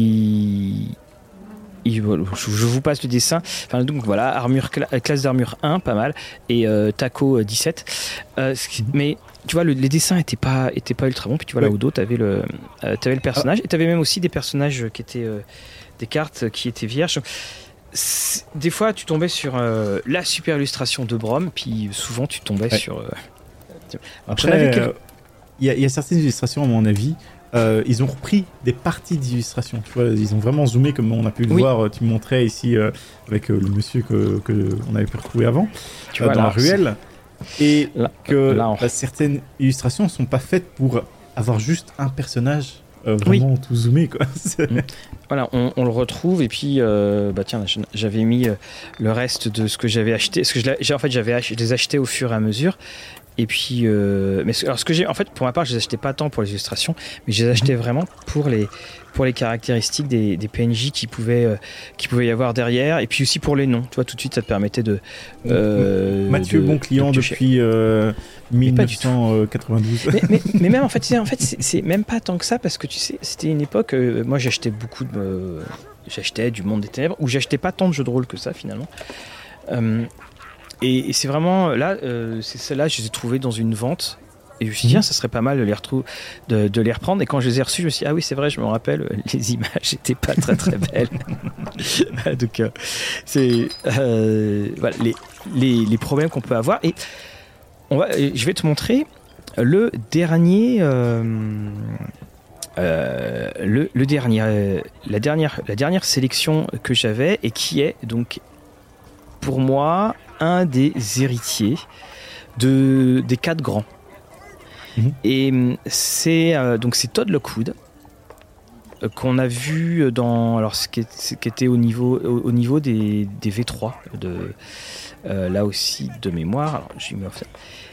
Speaker 1: Je vous passe le dessin. Enfin, donc voilà, classe d'armure 1, pas mal. Et Taco 17. Mais... Tu vois, les dessins étaient pas ultra bons. Puis tu vois, là au dos, t'avais le personnage. Et t'avais même aussi des personnages qui étaient des cartes qui étaient vierges. Des fois, tu tombais sur la super illustration de Brom, puis souvent tu tombais sur.
Speaker 2: Après, il y a certaines illustrations, à mon avis. Ils ont repris des parties d'illustrations. Tu vois, ils ont vraiment zoomé, comme on a pu le voir. Tu me montrais ici avec le monsieur que on avait pu retrouver avant, tu vois, dans la ruelle. Et certaines illustrations ne sont pas faites pour avoir juste un personnage vraiment tout zoomé, quoi.
Speaker 1: Voilà, on le retrouve. Et puis tiens, j'avais mis le reste de ce que j'avais acheté, parce que je les achetais au fur et à mesure. Et puis alors ce que j'ai, en fait, pour ma part, je les achetais pas tant pour les illustrations, mais je les achetais vraiment pour les caractéristiques des PNJ qui pouvait y avoir derrière, et puis aussi pour les noms. Tu vois, tout de suite, ça te permettait de
Speaker 2: Mathieu, bon client depuis 1992.
Speaker 1: mais même en fait c'est même pas tant que ça, parce que tu sais, c'était une époque, moi j'achetais beaucoup j'achetais du Monde des Ténèbres, où j'achetais pas tant de jeux de rôle que ça finalement. Et c'est vraiment là, c'est celle-là, je les ai trouvées dans une vente. Et je me suis dit, ça serait pas mal de les reprendre. Et quand je les ai reçus, je me suis dit, ah oui, c'est vrai, je me rappelle, les images n'étaient pas très très belles. Donc, c'est voilà, les problèmes qu'on peut avoir. Et je vais te montrer le dernier. La dernière sélection que j'avais, et qui est donc pour moi un des héritiers des 4 grands. Et c'est Todd Lockwood qu'on a vu dans ce qui était au niveau des V3 là aussi de mémoire. Alors, j'ai mis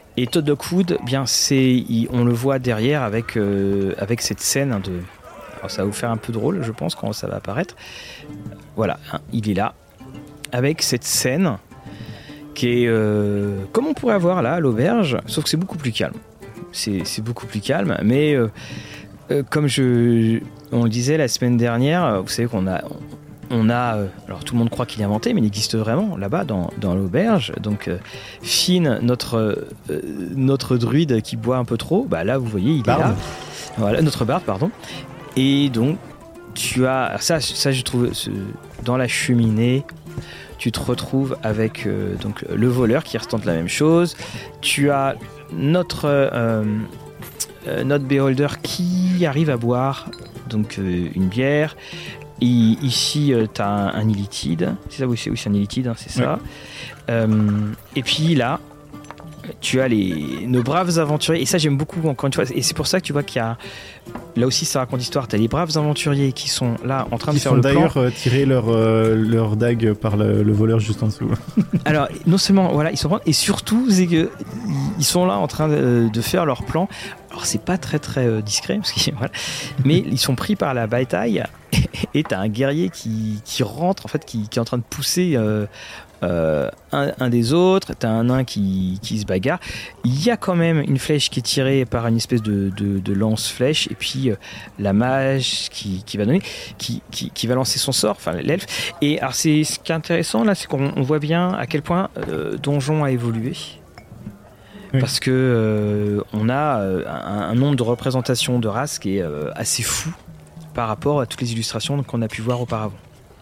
Speaker 1: Et Todd Lockwood, bien on le voit derrière avec cette scène de. Alors ça va vous faire un peu drôle, je pense, quand ça va apparaître. Voilà, il est là avec cette scène qui est comme on pourrait avoir là à l'auberge, sauf que c'est beaucoup plus calme. C'est beaucoup plus calme, mais comme on le disait la semaine dernière, vous savez qu'on a alors tout le monde croit qu'il est inventé, mais il existe vraiment là-bas dans l'auberge. Donc Finn, notre druide qui boit un peu trop, bah là vous voyez il est là. Voilà, notre barde, pardon. Et donc tu as ça je trouve dans la cheminée. Tu te retrouves avec donc le voleur qui retente la même chose. Tu as notre beholder qui arrive à boire donc une bière. Et ici, tu as un illithide. C'est ça, oui, c'est un illithide, hein, c'est ça. Ouais. Et puis là, tu as nos braves aventuriers. Et ça, j'aime beaucoup, encore une fois. Et c'est pour ça que tu vois qu'il y a. Là aussi, ça raconte l'histoire. Tu as les braves aventuriers qui sont là en train de faire le plan. Ils
Speaker 2: font d'ailleurs tirer leur dague par le voleur juste en dessous.
Speaker 1: Alors, non seulement, voilà, ils sont. Et surtout, c'est qu'ils sont là en train de faire leur plan. Alors, c'est pas très très discret, parce que, voilà. Mais ils sont pris par la bataille. Et t'as un guerrier qui rentre, en fait, qui est en train de pousser un des autres. T'as un nain qui se bagarre. Il y a quand même une flèche qui est tirée par une espèce de lance-flèche, et puis la mage qui va donner, qui va lancer son sort, enfin l'elfe. Et alors ce qui est intéressant là, c'est qu'on voit bien à quel point Donjon a évolué. Oui. Parce que on a un nombre de représentations de races qui est assez fou par rapport à toutes les illustrations qu'on a pu voir auparavant.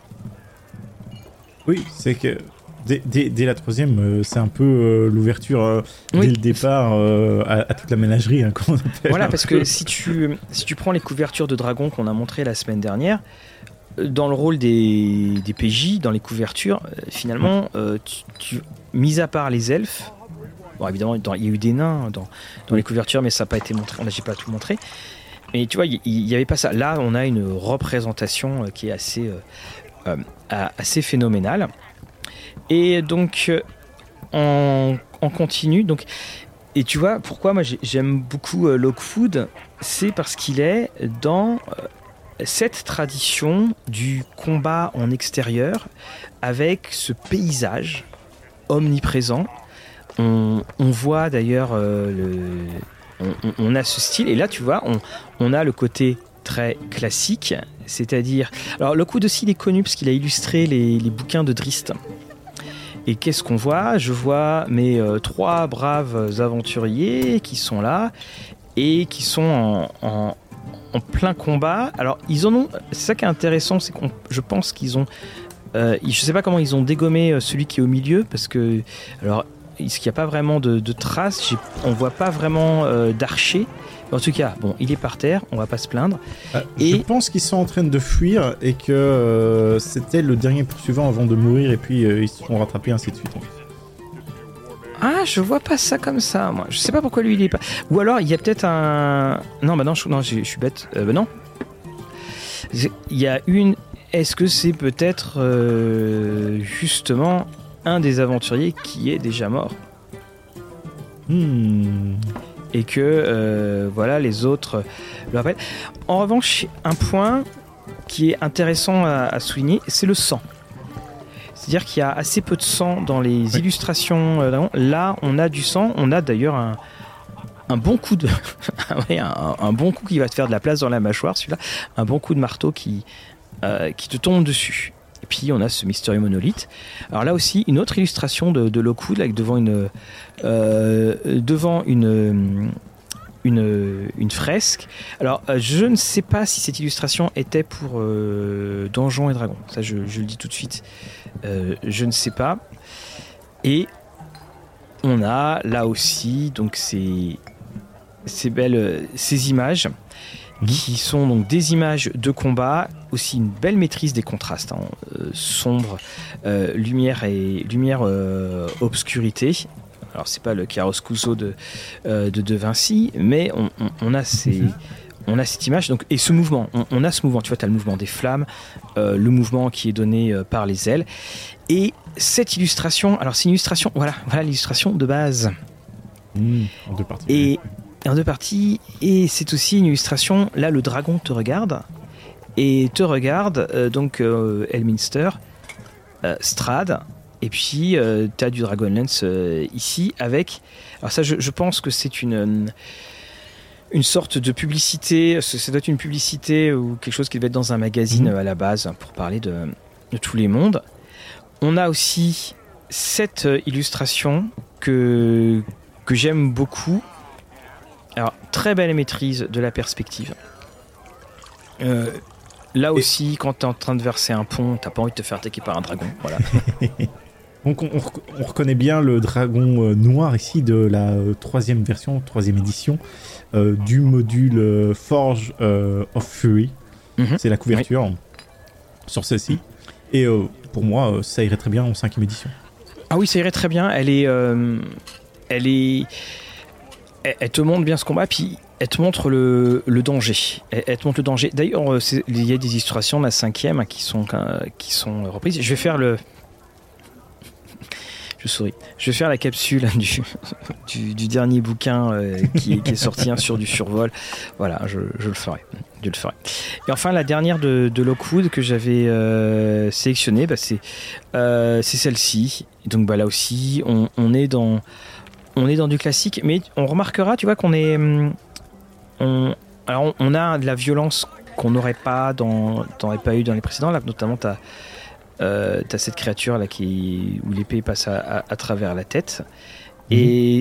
Speaker 2: Oui, c'est que dès la troisième, c'est un peu l'ouverture dès le départ à toute la ménagerie, hein, comme on appelle.
Speaker 1: Voilà, parce que si tu prends les couvertures de dragons qu'on a montrées la semaine dernière, dans le rôle des PJ, dans les couvertures, finalement, mis à part les elfes, bon, évidemment, il y a eu des nains dans les couvertures, mais ça n'a pas été montré, j'ai pas tout montré. Mais tu vois, il n'y avait pas ça. Là, on a une représentation qui est assez phénoménale. Et donc, on continue. Donc, et tu vois, pourquoi moi j'aime beaucoup Lockwood, c'est parce qu'il est dans cette tradition du combat en extérieur, avec ce paysage omniprésent. On voit d'ailleurs on a ce style, et là tu vois on a le côté très classique, c'est-à-dire, alors Lockwood aussi il est connu parce qu'il a illustré les bouquins de Drizzt. Et qu'est-ce qu'on voit ? Je vois mes 3 braves aventuriers qui sont là et qui sont en plein combat. Alors ils en ont, c'est ça qui est intéressant, c'est je pense qu'ils ont je sais pas comment ils ont dégommé celui qui est au milieu, parce que alors est-ce qu'il n'y a pas vraiment de traces ? On voit pas vraiment d'archer. En tout cas, bon, il est par terre, on va pas se plaindre.
Speaker 2: Je pense qu'ils sont en train de fuir et que c'était le dernier poursuivant avant de mourir, et puis ils se sont rattrapés, ainsi de suite.
Speaker 1: Ah, je vois pas ça comme ça, moi. Je sais pas pourquoi lui il est pas. Ou alors il y a peut-être un. Non, bah non, je suis bête. Bah non. Il y a une. Est-ce que c'est peut-être justement un des aventuriers qui est déjà mort ? Et que voilà, les autres le rappellent. En revanche, un point qui est intéressant à souligner, c'est le sang. C'est-à-dire qu'il y a assez peu de sang dans les illustrations. Là, on a du sang. On a d'ailleurs un bon coup de un bon coup qui va te faire de la place dans la mâchoire, celui-là. Un bon coup de marteau qui te tombe dessus. Et puis on a ce mystérieux monolithe. Alors là aussi, une autre illustration de Lockwood, avec devant une fresque. Alors je ne sais pas si cette illustration était pour Donjons et Dragons. Ça, je le dis tout de suite. Je ne sais pas. Et on a là aussi donc ces images. Qui sont donc des images de combat, aussi une belle maîtrise des contrastes, hein, sombre, lumière obscurité. Alors c'est pas le chiaroscuro de Vinci, mais on a cette image, donc, et ce mouvement, on a ce mouvement, tu vois, tu as le mouvement des flammes, le mouvement qui est donné par les ailes, et cette illustration, alors c'est une illustration, voilà l'illustration de base.
Speaker 2: En 2 parties.
Speaker 1: Et en 2 parties, et c'est aussi une illustration. Là, le dragon te regarde et te regarde. Donc Elminster, Strahd, et puis t'as du Dragonlance ici avec. Alors ça, je pense que c'est une sorte de publicité. Ça doit être une publicité ou quelque chose qui devait être dans un magazine à la base pour parler de tous les mondes. On a aussi cette illustration que j'aime beaucoup. Alors, très belle maîtrise de la perspective. Là aussi, quand tu es en train de verser un pont, t'as pas envie de te faire attaquer par un dragon. Voilà.
Speaker 2: Donc on reconnaît bien le dragon noir ici de la 3e version, 3e édition du module Forge of Fury. C'est la couverture sur celle-ci. Et pour moi, ça irait très bien en 5e édition.
Speaker 1: Ah oui, ça irait très bien. Elle te montre bien ce combat, puis elle te montre le danger. Elle te montre le danger. D'ailleurs, il y a des illustrations de la 5e qui sont reprises. Je vais faire je souris. Je vais faire la capsule du dernier bouquin qui est sorti sur du survol. Voilà, je le ferai. Et enfin, la dernière de Lockwood que j'avais sélectionnée, c'est celle-ci. Donc là aussi, on est dans du classique, mais on remarquera, tu vois, qu'on est... on a de la violence qu'on n'aurait pas eu dans les précédents. Là, notamment, t'as cette créature là où l'épée passe à travers la tête. Et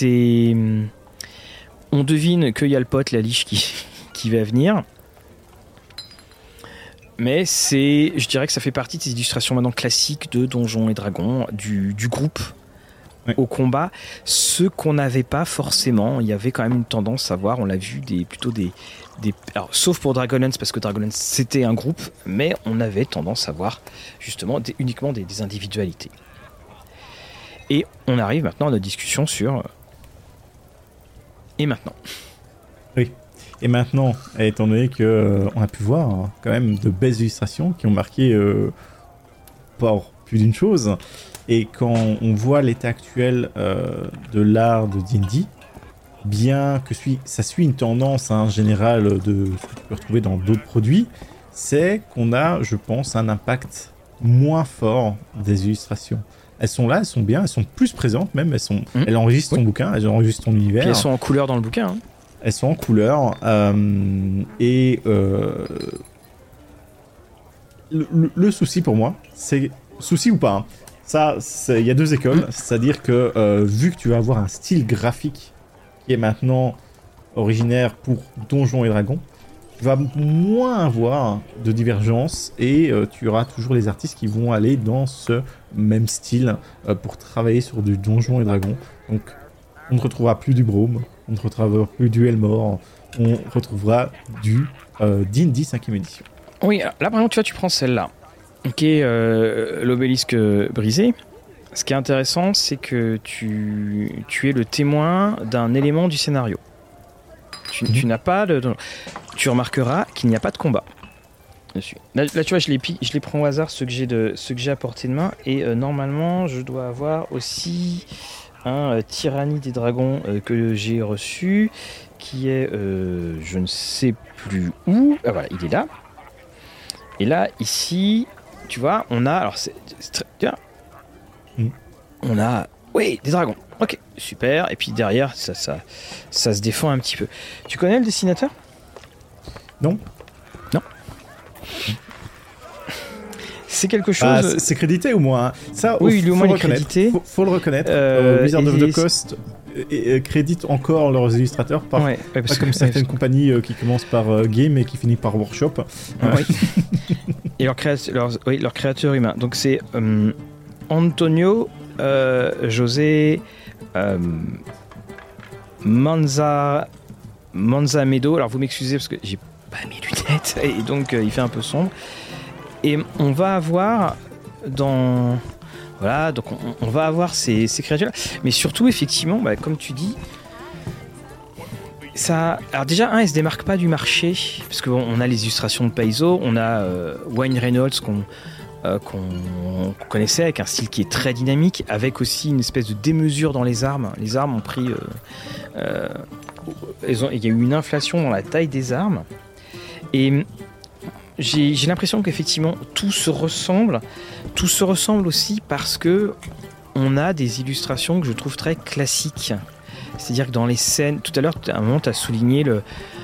Speaker 1: on devine qu'il y a le pote, la liche qui va venir. Mais je dirais que ça fait partie de ces illustrations maintenant classiques de Donjons et Dragons, du groupe au combat, ce qu'on n'avait pas forcément. Il y avait quand même une tendance à voir, on l'a vu, alors, sauf pour Dragonlance, parce que Dragonlance c'était un groupe, mais on avait tendance à voir justement uniquement des individualités. Et on arrive maintenant à notre discussion sur et maintenant.
Speaker 2: Oui. Et maintenant, étant donné qu'on a pu voir quand même de belles illustrations qui ont marqué plus d'une chose, et quand on voit l'état actuel de l'art de D&D, bien que ça suit une tendance générale de ce que tu peux retrouver dans d'autres produits, c'est qu'on a, je pense, un impact moins fort des illustrations. Elles sont là, elles sont bien, elles sont plus présentes même, elles enregistrent ton bouquin, elles enregistrent ton univers.
Speaker 1: Puis elles sont en couleur dans le bouquin. Hein.
Speaker 2: Elles sont en couleur. Le souci pour moi, c'est... Souci ou pas, hein, ça, il y a 2 écoles. C'est-à-dire que vu que tu vas avoir un style graphique qui est maintenant originaire pour Donjons et Dragons, tu vas moins avoir de divergence et tu auras toujours les artistes qui vont aller dans ce même style pour travailler sur du Donjons et Dragons. Donc, on ne retrouvera plus du Brome, on ne retrouvera plus du Elmore, on retrouvera du D&D 5e édition.
Speaker 1: Oui, là par exemple, tu prends celle-là, qui est l'obélisque brisé. Ce qui est intéressant, c'est que tu es le témoin d'un élément du scénario. Tu n'as pas tu remarqueras qu'il n'y a pas de combat dessus. Là tu vois, je les prends au hasard, ceux que j'ai à portée de main, et normalement, je dois avoir aussi un Tyrannie des Dragons que j'ai reçu, qui est je ne sais plus où. Ah voilà, il est là. Et là, ici, tu vois, on a... Alors, on a... Oui, des dragons. Ok, super. Et puis derrière, ça se défend un petit peu. Tu connais le dessinateur ?
Speaker 2: Non.
Speaker 1: C'est quelque chose...
Speaker 2: c'est crédité au moins. Hein. Ça,
Speaker 1: oui, il est au moins crédité.
Speaker 2: Faut le reconnaître. Wizard of the Coast crédite encore leurs illustrateurs, pas comme certaines compagnies qui commencent par Game et qui finissent par Workshop.
Speaker 1: Et leur créateur humain. Donc c'est Antonio José Manzamedo. Alors vous m'excusez parce que j'ai pas mes lunettes et donc il fait un peu sombre. Et on va avoir voilà, donc on va avoir ces créatures-là. Mais surtout, effectivement, comme tu dis, ça... Alors déjà, elles se démarquent pas du marché, parce qu'on a les illustrations de Paizo, on a Wayne Reynolds qu'on connaissait, avec un style qui est très dynamique, avec aussi une espèce de démesure dans les armes. Les armes ont pris... il y a eu une inflation dans la taille des armes. Et j'ai l'impression qu'effectivement, tout se ressemble. Tout se ressemble aussi parce que on a des illustrations que je trouve très classiques. C'est-à-dire que dans les scènes... Tout à l'heure, à un moment, tu as souligné le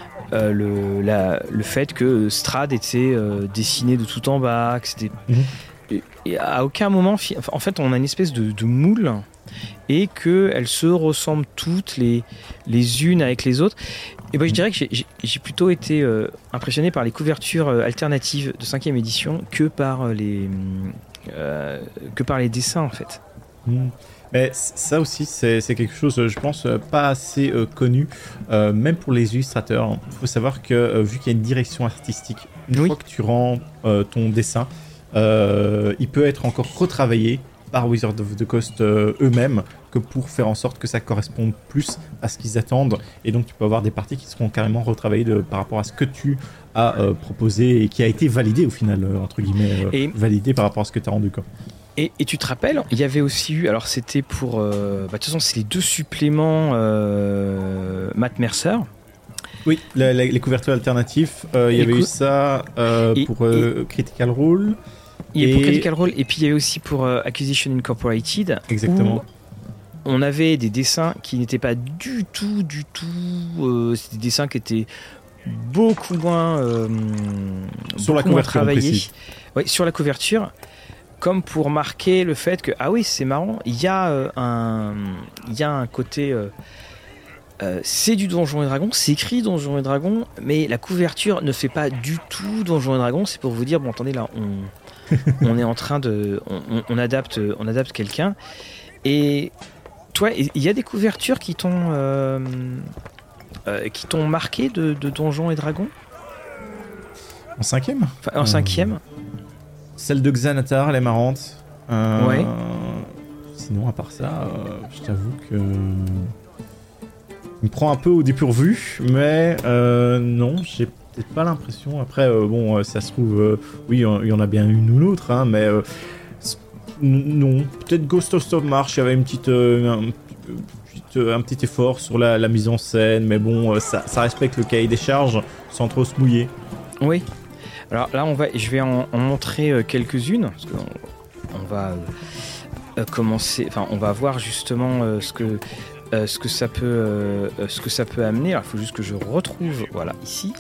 Speaker 1: fait que Strahd était dessiné de tout en bas, que c'était... Et à aucun moment, en fait, on a une espèce de moule et qu'elles se ressemblent toutes les unes avec les autres. Et ben, je dirais que j'ai plutôt été impressionné par les couvertures alternatives de 5e édition que par les dessins, en fait.
Speaker 2: Mais ça aussi, c'est quelque chose, je pense, pas assez connu, même pour les illustrateurs. Il faut savoir que, vu qu'il y a une direction artistique, une fois que tu rends ton dessin, il peut être encore retravaillé par Wizards of the Coast eux-mêmes, que pour faire en sorte que ça corresponde plus à ce qu'ils attendent. Et donc, tu peux avoir des parties qui seront carrément retravaillées par rapport à ce que tu as proposé et qui a été validé au final, entre guillemets, validé par rapport à ce que tu as rendu, quoi.
Speaker 1: Et tu te rappelles, il y avait aussi eu, alors c'était pour, de toute façon c'est les 2 suppléments Matt Mercer.
Speaker 2: Oui, les couvertures alternatives, il y avait eu ça pour Critical Role.
Speaker 1: Il y a pour Critical Role, et puis il y avait aussi pour Acquisition Incorporated.
Speaker 2: Exactement.
Speaker 1: On avait des dessins qui n'étaient pas du tout, c'était des dessins qui étaient beaucoup moins
Speaker 2: sur la couverture
Speaker 1: travaillés. Oui, sur la couverture. Comme pour marquer le fait que, ah oui, c'est marrant, il y a un côté... c'est du Donjons et Dragons, c'est écrit Donjons et Dragons, mais la couverture ne fait pas du tout Donjons et Dragons. C'est pour vous dire, bon, attendez, là, on est en train de... On adapte quelqu'un. Et toi, il y a des couvertures qui t'ont marqué de Donjons et Dragons ?
Speaker 2: En 5e ?
Speaker 1: Enfin, en 5e.
Speaker 2: Celle de Xanatar, elle est marrante.
Speaker 1: Ouais.
Speaker 2: Sinon, à part ça, je t'avoue que... Il me prend un peu au dépourvu, mais non, j'ai peut-être pas l'impression. Après, bon, ça se trouve, oui, il y en a bien une ou l'autre, hein, mais non. Peut-être Ghost of Stormmarch, il y avait un petit effort sur la mise en scène, mais bon, ça respecte le cahier des charges sans trop se mouiller.
Speaker 1: Oui. Alors là, je vais en montrer quelques-unes, parce qu'on va commencer. Enfin, on va voir justement ce que ça peut amener. Alors, il faut juste que je retrouve, voilà, ici.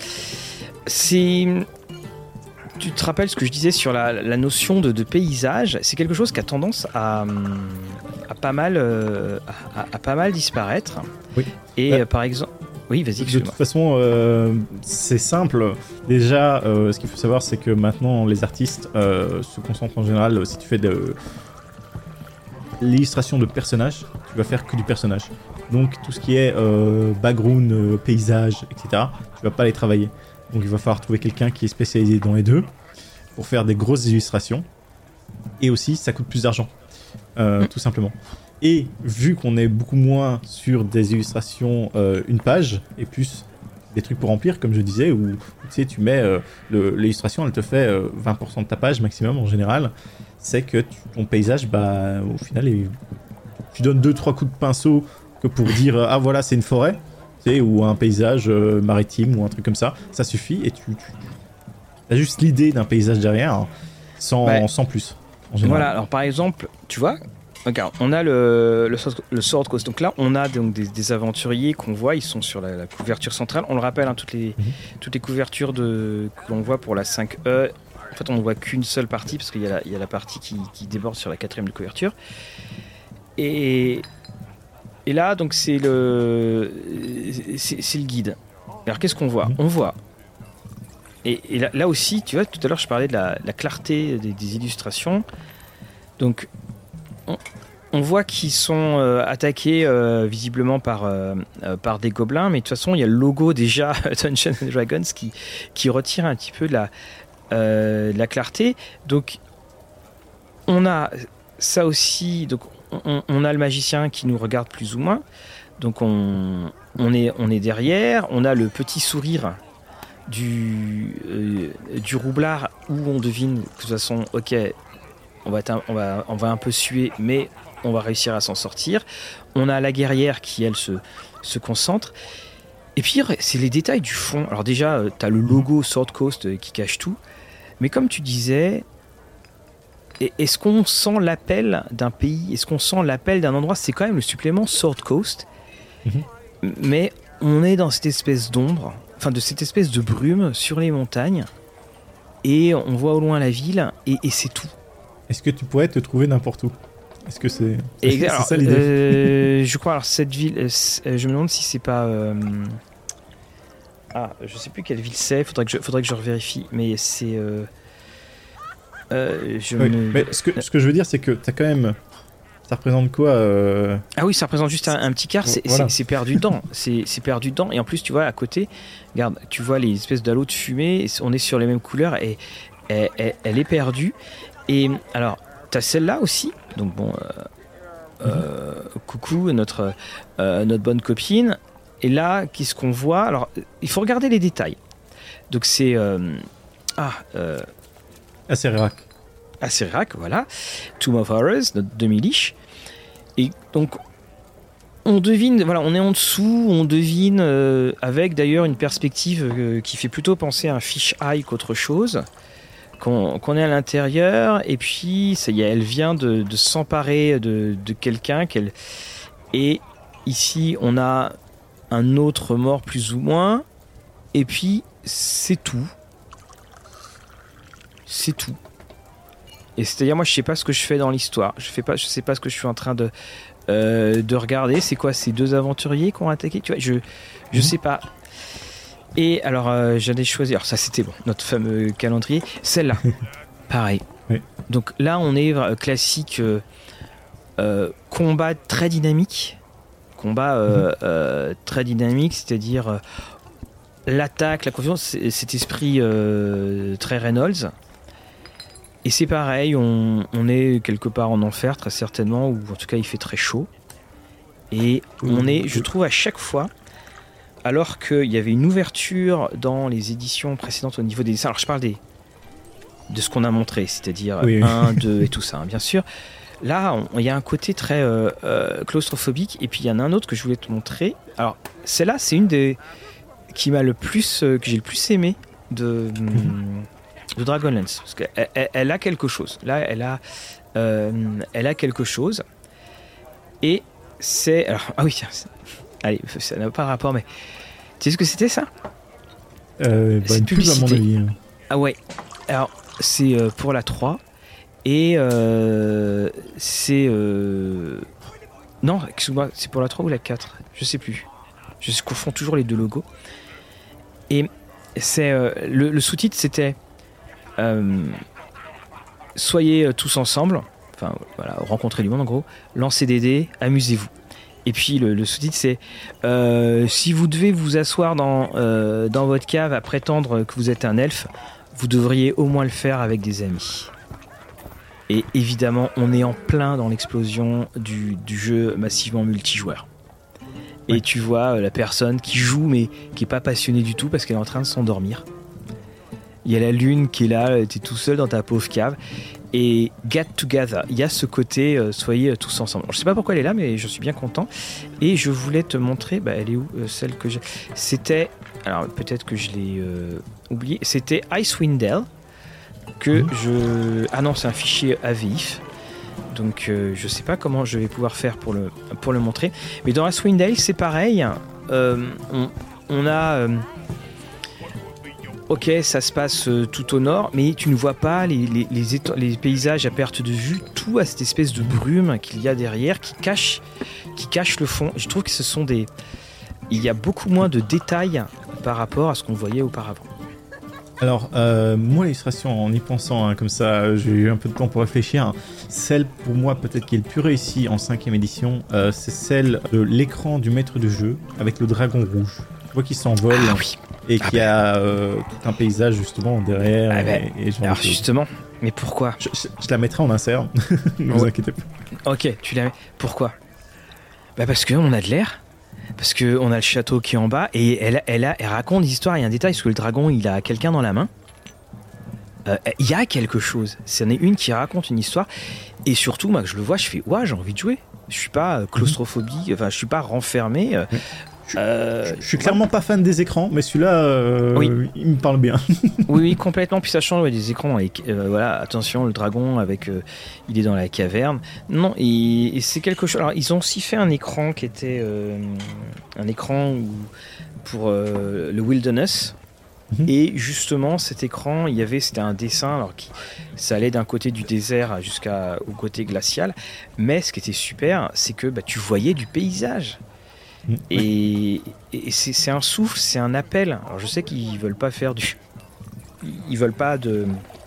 Speaker 1: Tu te rappelles ce que je disais sur la notion de paysage ? C'est quelque chose qui a tendance à pas mal disparaître.
Speaker 2: Oui.
Speaker 1: Et par exemple. Oui, vas-y, excuse-moi.
Speaker 2: De toute façon, c'est simple. Déjà, ce qu'il faut savoir, c'est que maintenant, les artistes se concentrent en général, si tu fais de l'illustration de personnages, tu vas faire que du personnage. Donc, tout ce qui est background, paysage, etc., tu vas pas les travailler. Donc, il va falloir trouver quelqu'un qui est spécialisé dans les deux pour faire des grosses illustrations. Et aussi, ça coûte plus d'argent, tout simplement. Et vu qu'on est beaucoup moins sur des illustrations une page et plus des trucs pour remplir, comme je disais, où tu sais, tu mets l'illustration, elle te fait 20% de ta page maximum en général, c'est que ton paysage, bah, au final, tu donnes 2-3 coups de pinceau que pour dire ah voilà, c'est une forêt, tu sais, ou un paysage maritime ou un truc comme ça, ça suffit et tu as juste l'idée d'un paysage derrière, hein, sans plus. En général.
Speaker 1: Voilà, alors par exemple, tu vois. Regarde, on a le Sword Coast. Donc là, on a donc des aventuriers qu'on voit. Ils sont sur la couverture centrale. On le rappelle, hein, toutes les couvertures que l'on voit pour la 5E. En fait, on ne voit qu'une seule partie parce qu'il y a la partie qui déborde sur la 4e de couverture. Et là, donc c'est le guide. Alors, qu'est-ce qu'on voit ? On voit. Et là aussi, tu vois, tout à l'heure, je parlais de la clarté des illustrations. Donc on voit qu'ils sont attaqués visiblement par des gobelins, mais de toute façon il y a le logo déjà Dungeons & Dragons qui retire un petit peu de la clarté. Donc on a ça aussi, donc on a le magicien qui nous regarde plus ou moins, donc on est derrière, on a le petit sourire du roublard où on devine de toute façon, ok, on va un peu suer, mais on va réussir à s'en sortir. On a la guerrière qui, elle, se concentre. Et puis, c'est les détails du fond. Alors déjà, tu as le logo Sword Coast qui cache tout. Mais comme tu disais, est-ce qu'on sent l'appel d'un pays? Est-ce qu'on sent l'appel d'un endroit? C'est quand même le supplément Sword Coast. Mais on est dans cette espèce d'ombre, enfin de cette espèce de brume sur les montagnes. Et on voit au loin la ville, et c'est tout.
Speaker 2: Est-ce que tu pourrais te trouver n'importe où? Est-ce que c'est
Speaker 1: alors,
Speaker 2: ça l'idée?
Speaker 1: Je crois, alors cette ville, je me demande si c'est pas... je sais plus quelle ville c'est, faudrait que je revérifie, mais c'est...
Speaker 2: mais ce que je veux dire, c'est que t'as quand même... Ça représente quoi
Speaker 1: Ah oui, ça représente juste un petit quart, c'est perdu dedans. C'est perdu dedans, et en plus, tu vois, à côté, regarde, tu vois les espèces d'halos de fumée, on est sur les mêmes couleurs, et elle est perdue. Et alors, t'as celle-là aussi, donc bon... coucou, notre bonne copine. Et là, qu'est-ce qu'on voit? Alors, il faut regarder les détails. Donc, c'est... Acererak, voilà. Tomb of Horrors, notre demi-liche. Et donc, on devine... Voilà, on est en dessous, on devine, avec d'ailleurs une perspective qui fait plutôt penser à un fish eye qu'autre chose. Qu'on est à l'intérieur, et puis ça y est, elle vient de s'emparer de quelqu'un et ici on a un autre mort plus ou moins, et puis c'est tout, et c'est-à-dire moi je sais pas ce que je fais dans l'histoire, je sais pas ce que je suis en train de regarder. C'est quoi ces deux aventuriers qui ont attaqué, tu vois, je sais pas. Et alors, j'allais choisir. Alors, ça, c'était bon, notre fameux calendrier. Celle-là, pareil.
Speaker 2: Oui.
Speaker 1: Donc là, on est classique combat très dynamique. Très dynamique, c'est-à-dire l'attaque, la confiance, cet esprit très Reynolds. Et c'est pareil, on est quelque part en enfer, très certainement, ou en tout cas, il fait très chaud. Et on est, je trouve, à chaque fois. Alors qu'il y avait une ouverture dans les éditions précédentes au niveau des dessins. Alors je parle de ce qu'on a montré, c'est-à-dire 1, 2 et tout ça, hein, bien sûr. Là, il y a un côté très claustrophobique, et puis il y en a un autre que je voulais te montrer. Alors celle-là, c'est une des qui m'a le plus, que j'ai le plus aimé de Dragonlance, parce qu'elle a quelque chose. Là, elle a quelque chose, et c'est... Alors, ah oui, allez, ça n'a pas rapport, mais tu sais ce que c'était, ça?
Speaker 2: Une pub à mon avis.
Speaker 1: Ah ouais, alors c'est pour la 3, et c'est... Non, excuse-moi, c'est pour la 3 ou la 4? Je sais plus. Je confonds toujours les deux logos. Et c'est le sous-titre, c'était soyez tous ensemble, enfin voilà, rencontrez du monde en gros, lancez des dés, amusez-vous. Et puis le sous-titre, c'est si vous devez vous asseoir dans votre cave à prétendre que vous êtes un elfe, vous devriez au moins le faire avec des amis. Et évidemment, on est en plein dans l'explosion du jeu massivement multijoueur. Et tu vois la personne qui joue mais qui est pas passionnée du tout parce qu'elle est en train de s'endormir. Il y a la lune qui est là, t'es tout seul dans ta pauvre cave. Et Get Together, il y a ce côté soyez tous ensemble. Alors, je sais pas pourquoi elle est là, mais je suis bien content. Et je voulais te montrer, elle est où celle que j'ai. C'était, alors peut-être que je l'ai oublié. C'était Icewind Dale ah non, c'est un fichier AVIF. Donc je sais pas comment je vais pouvoir faire pour le montrer. Mais dans Icewind Dale, c'est pareil. On a ok, ça se passe tout au nord, mais tu ne vois pas les paysages à perte de vue, tout à cette espèce de brume qu'il y a derrière qui cache le fond. Je trouve que il y a beaucoup moins de détails par rapport à ce qu'on voyait auparavant.
Speaker 2: Alors, moi, l'illustration, en y pensant, comme ça, j'ai eu un peu de temps pour réfléchir. Celle, pour moi, peut-être qui est le plus réussie en 5e édition, c'est celle de l'écran du maître de jeu, avec le dragon rouge. Tu vois qu'il s'envole.
Speaker 1: Ah oui.
Speaker 2: Et qu'il y a tout un paysage justement derrière.
Speaker 1: Alors justement, mais pourquoi?
Speaker 2: Je la mettrai en insert, ne vous inquiétez pas.
Speaker 1: Ok, tu la mets. Pourquoi? Parce qu'on a de l'air, parce qu'on a le château qui est en bas, et elle raconte des histoires, il y a un détail, parce que le dragon, il a quelqu'un dans la main. Il y a quelque chose. C'en est une qui raconte une histoire. Et surtout, moi, que je le vois, je fais, ouais, j'ai envie de jouer. Je suis pas claustrophobique, enfin, je suis pas renfermé.
Speaker 2: Je suis clairement pas fan des écrans, mais celui-là, il me parle bien.
Speaker 1: oui, complètement. Puis ça change des écrans. Voilà, attention, le dragon il est dans la caverne. Non, et c'est quelque chose. Alors, ils ont aussi fait un écran qui était un écran pour le Wilderness. Et justement, cet écran, c'était un dessin, alors ça allait d'un côté du désert jusqu'au côté glacial. Mais ce qui était super, c'est que tu voyais du paysage. Et c'est un souffle, c'est un appel. Alors je sais qu'ils veulent pas faire ils veulent pas de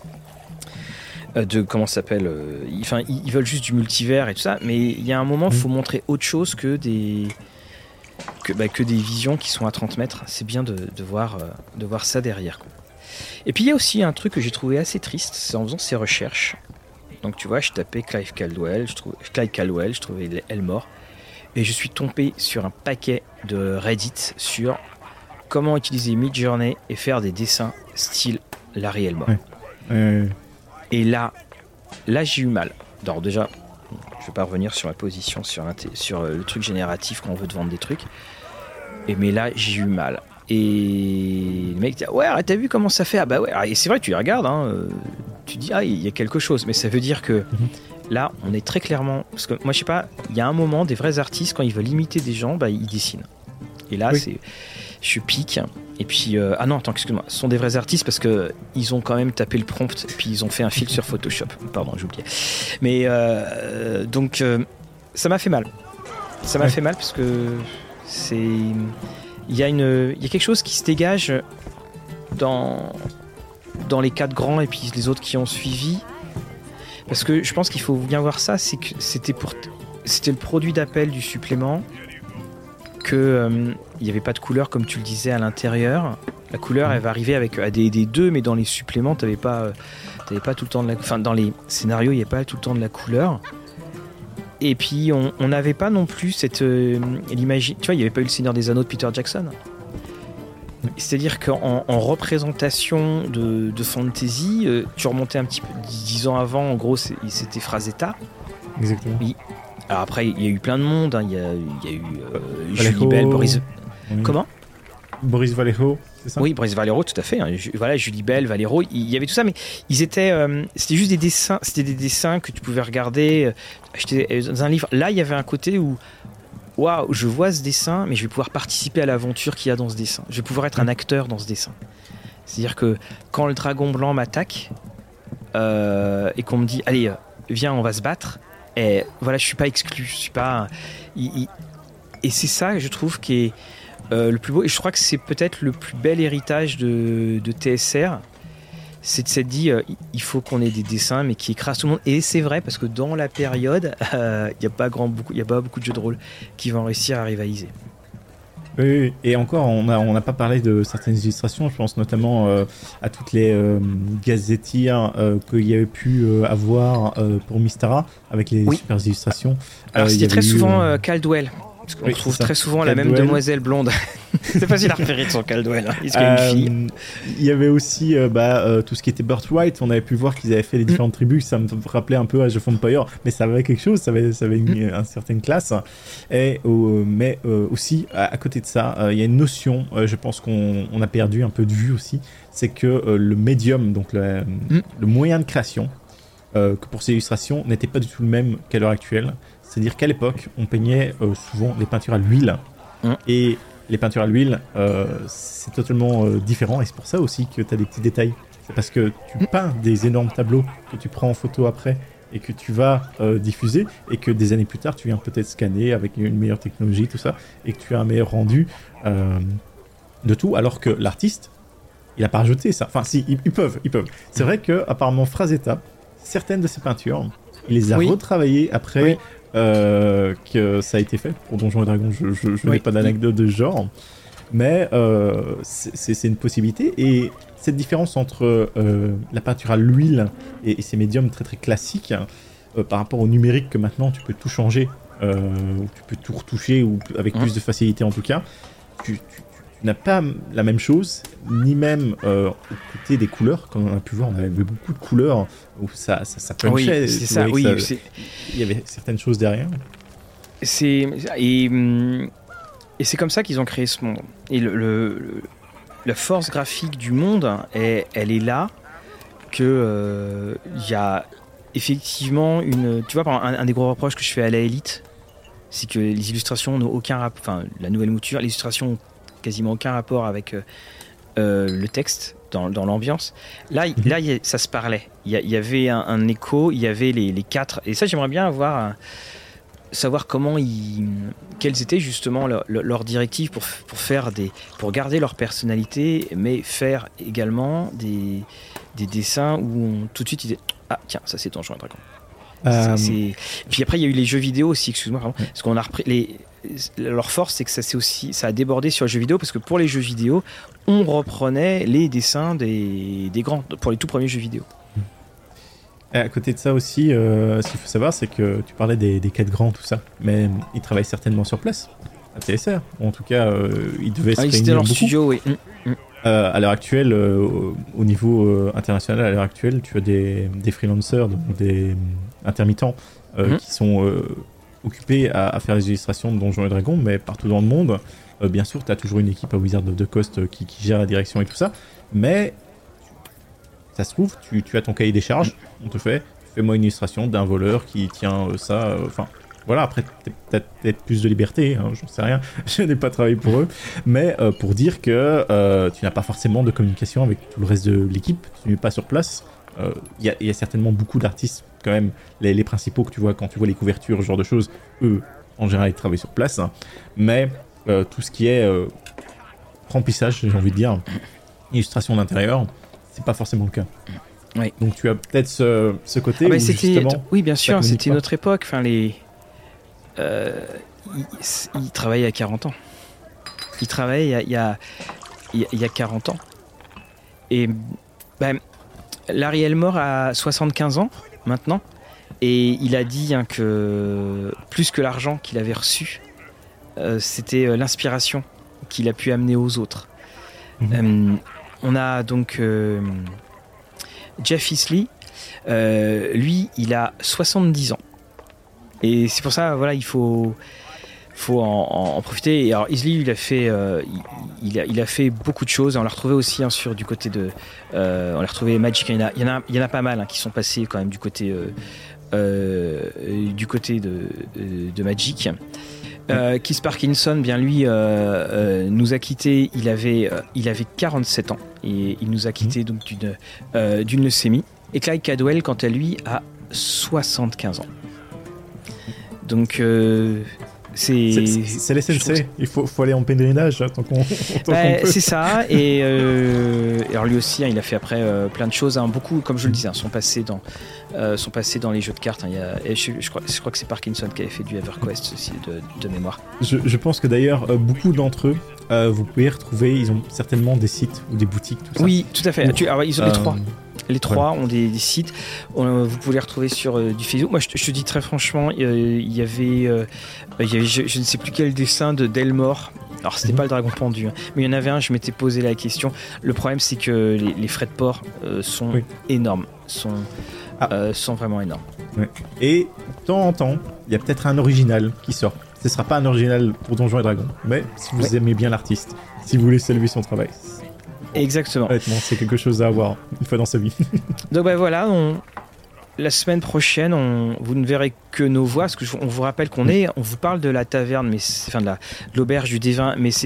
Speaker 1: comment ça s'appelle. Ils veulent juste du multivers et tout ça. Mais il y a un moment, il faut montrer autre chose que des visions qui sont à 30 mètres. C'est bien de voir ça derrière, quoi. Et puis il y a aussi un truc que j'ai trouvé assez triste, c'est en faisant ces recherches. Donc tu vois, je tapais Clive Caldwell, je trouvais Elmore. Et je suis tombé sur un paquet de Reddit sur comment utiliser Midjourney et faire des dessins style Larry Elmore. Et là j'ai eu mal. Alors déjà, je ne vais pas revenir sur ma position sur le truc génératif quand on veut te vendre des trucs. Mais là, j'ai eu mal. Et le mec dit, ouais, t'as vu comment ça fait? Ah bah ouais. Et c'est vrai, tu les regardes, tu dis, il y a quelque chose. Mais ça veut dire que là, on est très clairement... Parce que moi, je sais pas, il y a un moment, des vrais artistes, quand ils veulent imiter des gens, ils dessinent. Et là, je pique. Et puis... non, attends, excuse-moi. Ce sont des vrais artistes parce qu'ils ont quand même tapé le prompt et puis ils ont fait un filtre sur Photoshop. Pardon, j'ai oublié. Mais donc, ça m'a fait mal. Ça m'a fait mal parce que c'est... Il y a quelque chose qui se dégage dans les 4 grands et puis les autres qui ont suivi. Parce que je pense qu'il faut bien voir ça, c'est que c'était le produit d'appel du supplément, il n'y avait pas de couleur comme tu le disais à l'intérieur. La couleur, elle va arriver avec des 2, mais dans les suppléments, t'avais pas tout le temps de la... Enfin, dans les scénarios, il n'y avait pas tout le temps de la couleur. Et puis, on n'avait pas non plus cette... l'imagine... Tu vois, il n'y avait pas eu le Seigneur des Anneaux de Peter Jackson. C'est-à-dire qu'en représentation de fantasy, tu remontais un petit peu 10 ans avant, en gros, c'était Frazetta.
Speaker 2: Exactement.
Speaker 1: Alors après, il y a eu plein de monde. Il y a eu Julie Bell, Boris... Comment ?
Speaker 2: Boris Vallejo, c'est ça ?
Speaker 1: Oui, Boris Vallejo, tout à fait. Voilà, Julie Bell, Vallejo, il y avait tout ça, mais ils étaient... c'était juste des dessins. C'était des dessins que tu pouvais regarder, acheter dans un livre. Là, il y avait un côté où... Waouh, je vois ce dessin, mais je vais pouvoir participer à l'aventure qu'il y a dans ce dessin. Je vais pouvoir être un acteur dans ce dessin. C'est-à-dire que quand le dragon blanc m'attaque et qu'on me dit, allez, viens, on va se battre, et voilà, je suis pas exclu, je suis pas... Et c'est ça, je trouve, qui est le plus beau. Et je crois que c'est peut-être le plus bel héritage de TSR. C'est de s'être dit, il faut qu'on ait des dessins, mais qui écrasent tout le monde. Et c'est vrai, parce que dans la période, il n'y a pas beaucoup de jeux de rôle qui vont réussir à rivaliser.
Speaker 2: Oui, et encore, on n'a pas parlé de certaines illustrations. Je pense notamment à toutes les gazettières qu'il y avait pu avoir pour Mystara, avec les super illustrations.
Speaker 1: Alors c'était très souvent Caldwell. Parce qu'on trouve très souvent Caldwell. La même demoiselle blonde. C'est facile à repérer de son Caldwell.
Speaker 2: Il y avait aussi tout ce qui était Birthright. On avait pu voir qu'ils avaient fait les différentes tribus. Ça me rappelait un peu Age of Empires, mais ça avait quelque chose. Ça avait une certaine classe. Mais aussi, à côté de ça, il y a une notion, je pense qu'on a perdu un peu de vue aussi. C'est que le médium, donc le moyen de création, que pour ces illustrations, n'était pas du tout le même qu'à l'heure actuelle. C'est-à-dire qu'à l'époque, on peignait souvent des peintures à l'huile. Et les peintures à l'huile, c'est totalement différent. Et c'est pour ça aussi que tu as des petits détails. C'est parce que tu peins des énormes tableaux que tu prends en photo après et que tu vas diffuser. Et que des années plus tard, tu viens peut-être scanner avec une meilleure technologie, tout ça. Et que tu as un meilleur rendu de tout. Alors que l'artiste, il n'a pas rajouté ça. Enfin, si, ils peuvent. C'est vrai qu'apparemment, Frazetta, certaines de ses peintures, il les a retravaillées après... que ça a été fait pour Donjons et Dragons. Je n'ai pas d'anecdote de ce genre, mais c'est une possibilité. Et cette différence entre la peinture à l'huile et ces médiums très très classiques par rapport au numérique, que maintenant tu peux tout changer, ou tu peux tout retoucher, ou avec plus de facilité en tout cas, tu tu n'as pas la même chose, ni même au côté des couleurs, comme on a pu voir, on avait beaucoup de couleurs où ça punchait.
Speaker 1: Oui, c'est ça, oui.
Speaker 2: Il y avait certaines choses derrière.
Speaker 1: Et c'est comme ça qu'ils ont créé ce monde. Et la force graphique du monde, elle est là, que il y a effectivement tu vois, un des gros reproches que je fais à la Elite, c'est que les illustrations n'ont aucun rapport, enfin la nouvelle mouture, les illustrations n'ont quasiment aucun rapport avec le texte dans l'ambiance. Là, ça se parlait. Il y avait un écho, il y avait les quatre, et ça j'aimerais bien savoir quelles étaient justement leurs directives pour garder leur personnalité, mais faire également des dessins où tout de suite ils disaient ah tiens, ça c'est Donjons et Dragons. Puis après il y a eu les jeux vidéo aussi, excuse-moi, pardon, parce qu'on a repris leur force, c'est que ça a débordé sur les jeux vidéo, parce que pour les jeux vidéo on reprenait les dessins des grands pour les tout premiers jeux vidéo.
Speaker 2: Et à côté de ça aussi, ce qu'il faut savoir, c'est que tu parlais des quatre grands, tout ça, mais ils travaillent certainement sur place à TSR. En tout cas, ils devaient se réunir
Speaker 1: c'était leur
Speaker 2: beaucoup.
Speaker 1: studio, oui.
Speaker 2: À l'heure actuelle, au niveau international, à l'heure actuelle, tu as des freelancers, donc des intermittents qui sont occupés à faire les illustrations de Donjons et Dragons, mais partout dans le monde. Bien sûr, tu as toujours une équipe à Wizard of the Coast qui gère la direction et tout ça, mais ça se trouve, tu as ton cahier des charges, on te fait, fais-moi une illustration d'un voleur qui tient ça, enfin... Voilà, après, peut-être plus de liberté, hein, j'en sais rien, je n'ai pas travaillé pour eux, mais pour dire que tu n'as pas forcément de communication avec tout le reste de l'équipe, tu n'es pas sur place. Il y a certainement beaucoup d'artistes, quand même, les principaux que tu vois quand tu vois les couvertures, ce genre de choses, eux, en général, ils travaillent sur place, hein, mais tout ce qui est remplissage, j'ai envie de dire, illustration d'intérieur, c'est pas forcément le cas.
Speaker 1: Oui.
Speaker 2: Donc tu as peut-être ce côté où justement...
Speaker 1: Oui, bien sûr, c'était notre époque, enfin il travaillait à 40 ans. Il travaillait il y a 40 ans. Et Larry Elmore a 75 ans maintenant. Et il a dit que plus que l'argent qu'il avait reçu, c'était l'inspiration qu'il a pu amener aux autres. On a donc Jeff Easley. Lui, il a 70 ans. Et c'est pour ça, voilà, il faut en profiter. Et alors, Easley, il a fait beaucoup de choses. On l'a retrouvé aussi sur du côté de... on l'a retrouvé Magic. Il y en a pas mal qui sont passés quand même du côté de Magic. Keith Parkinson, bien lui, nous a quittés. Il avait 47 ans et il nous a quittés donc d'une leucémie. Et Clyde Cadwell, quant à lui, a 75 ans. Donc c'est
Speaker 2: les SNC. Il faut aller en pèlerinage tant qu'on peut.
Speaker 1: C'est ça. Et alors lui aussi, il a fait après plein de choses. Beaucoup, comme je le disais, sont passés dans les jeux de cartes. Je crois que c'est Parkinson qui avait fait du EverQuest aussi de mémoire.
Speaker 2: Je pense que d'ailleurs beaucoup d'entre eux, vous pouvez retrouver. Ils ont certainement des sites ou des boutiques. Tout ça.
Speaker 1: Oui, tout à fait. Alors, ils ont les trois. Les trois ont des sites. Vous pouvez les retrouver sur du Facebook. Moi, je te dis très franchement, il y avait je ne sais plus quel dessin de Delmore. Alors, c'était pas le dragon pendu, mais il y en avait un, je m'étais posé la question. Le problème, c'est que les frais de port sont énormes. Sont vraiment énormes.
Speaker 2: Ouais. Et de temps en temps, il y a peut-être un original qui sort. Ce ne sera pas un original pour Donjons et Dragons, mais si vous aimez bien l'artiste, si vous voulez saluer son travail.
Speaker 1: Exactement.
Speaker 2: Honnêtement, c'est quelque chose à avoir une fois dans sa vie.
Speaker 1: Donc voilà, la semaine prochaine, vous ne verrez que nos voix, parce qu'on vous rappelle on vous parle de la taverne, mais de l'auberge du Dévin, mais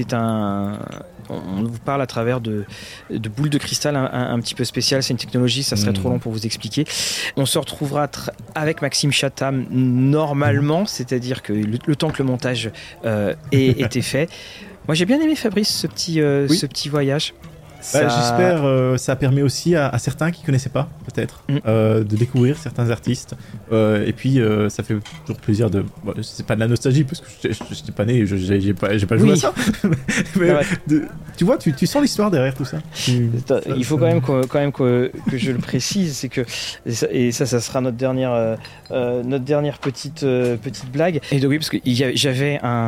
Speaker 1: on vous parle à travers de boules de cristal un petit peu spéciales. C'est une technologie, ça serait trop long pour vous expliquer. On se retrouvera avec Maxime Chatham normalement, c'est-à-dire que le temps que le montage ait été fait. Moi, j'ai bien aimé, Fabrice, ce petit voyage.
Speaker 2: J'espère ça permet aussi à certains qui connaissaient pas peut-être de découvrir certains artistes et puis ça fait toujours plaisir c'est pas de la nostalgie parce que je n'étais pas né, j'ai pas joué à ça mais tu vois, tu sens l'histoire derrière tout ça.
Speaker 1: Il faut quand même que je le précise, c'est que et ça sera notre dernière petite blague. Et donc oui, parce que j'avais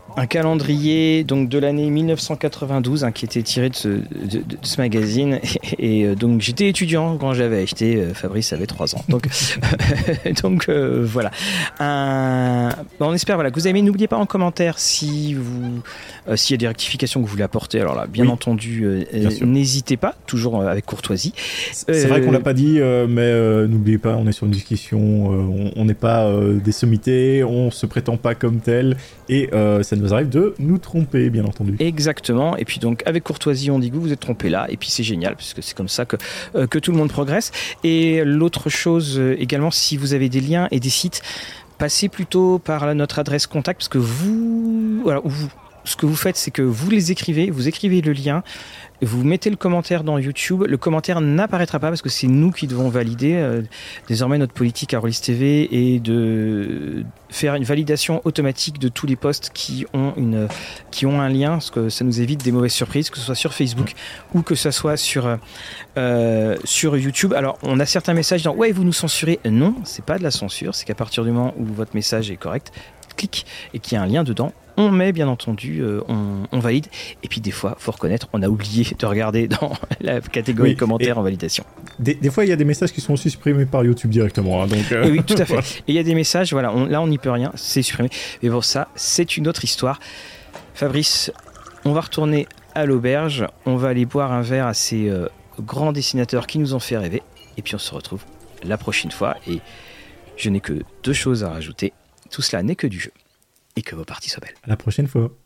Speaker 1: un calendrier donc de l'année 1992 qui était tiré de ce magazine et donc j'étais étudiant quand j'avais acheté. Fabrice avait 3 ans, donc voilà. On espère que vous avez aimé. N'oubliez pas en commentaire si s'il y a des rectifications que vous voulez apporter. Alors là, bien entendu, n'hésitez pas, toujours avec courtoisie.
Speaker 2: C'est vrai qu'on l'a pas dit, mais n'oubliez pas, on est sur une discussion, on n'est pas des sommités, on se prétend pas comme tel, et ça nous arrive de nous tromper, bien entendu.
Speaker 1: Exactement, et puis donc avec courtoisie, on dit que vous êtes trompé là, et puis c'est génial, parce que c'est comme ça que tout le monde progresse. Et l'autre chose également, si vous avez des liens et des sites, passez plutôt par notre adresse contact, parce que ce que vous faites, c'est que vous écrivez le lien, vous mettez le commentaire dans YouTube, le commentaire n'apparaîtra pas parce que c'est nous qui devons valider. Désormais, notre politique à Rollis TV est de faire une validation automatique de tous les posts qui ont un lien, parce que ça nous évite des mauvaises surprises, que ce soit sur Facebook ou que ce soit sur YouTube. Alors, on a certains messages disant « Ouais, vous nous censurez ». Non, c'est pas de la censure, c'est qu'à partir du moment où votre message est correct, clique et qu'il y a un lien dedans, on met bien entendu, on valide. Et puis des fois, faut reconnaître, on a oublié de regarder dans la catégorie commentaires en validation.
Speaker 2: Des fois, il y a des messages qui sont aussi supprimés par YouTube directement. Donc,
Speaker 1: oui, tout à fait. Et il y a des messages, voilà, là on n'y peut rien, c'est supprimé. Mais bon, ça, c'est une autre histoire. Fabrice, on va retourner à l'auberge, on va aller boire un verre à ces grands dessinateurs qui nous ont fait rêver. Et puis on se retrouve la prochaine fois. Et je n'ai que 2 choses à rajouter. Tout cela n'est que du jeu. Et que vos parties soient belles.
Speaker 2: À la prochaine fois.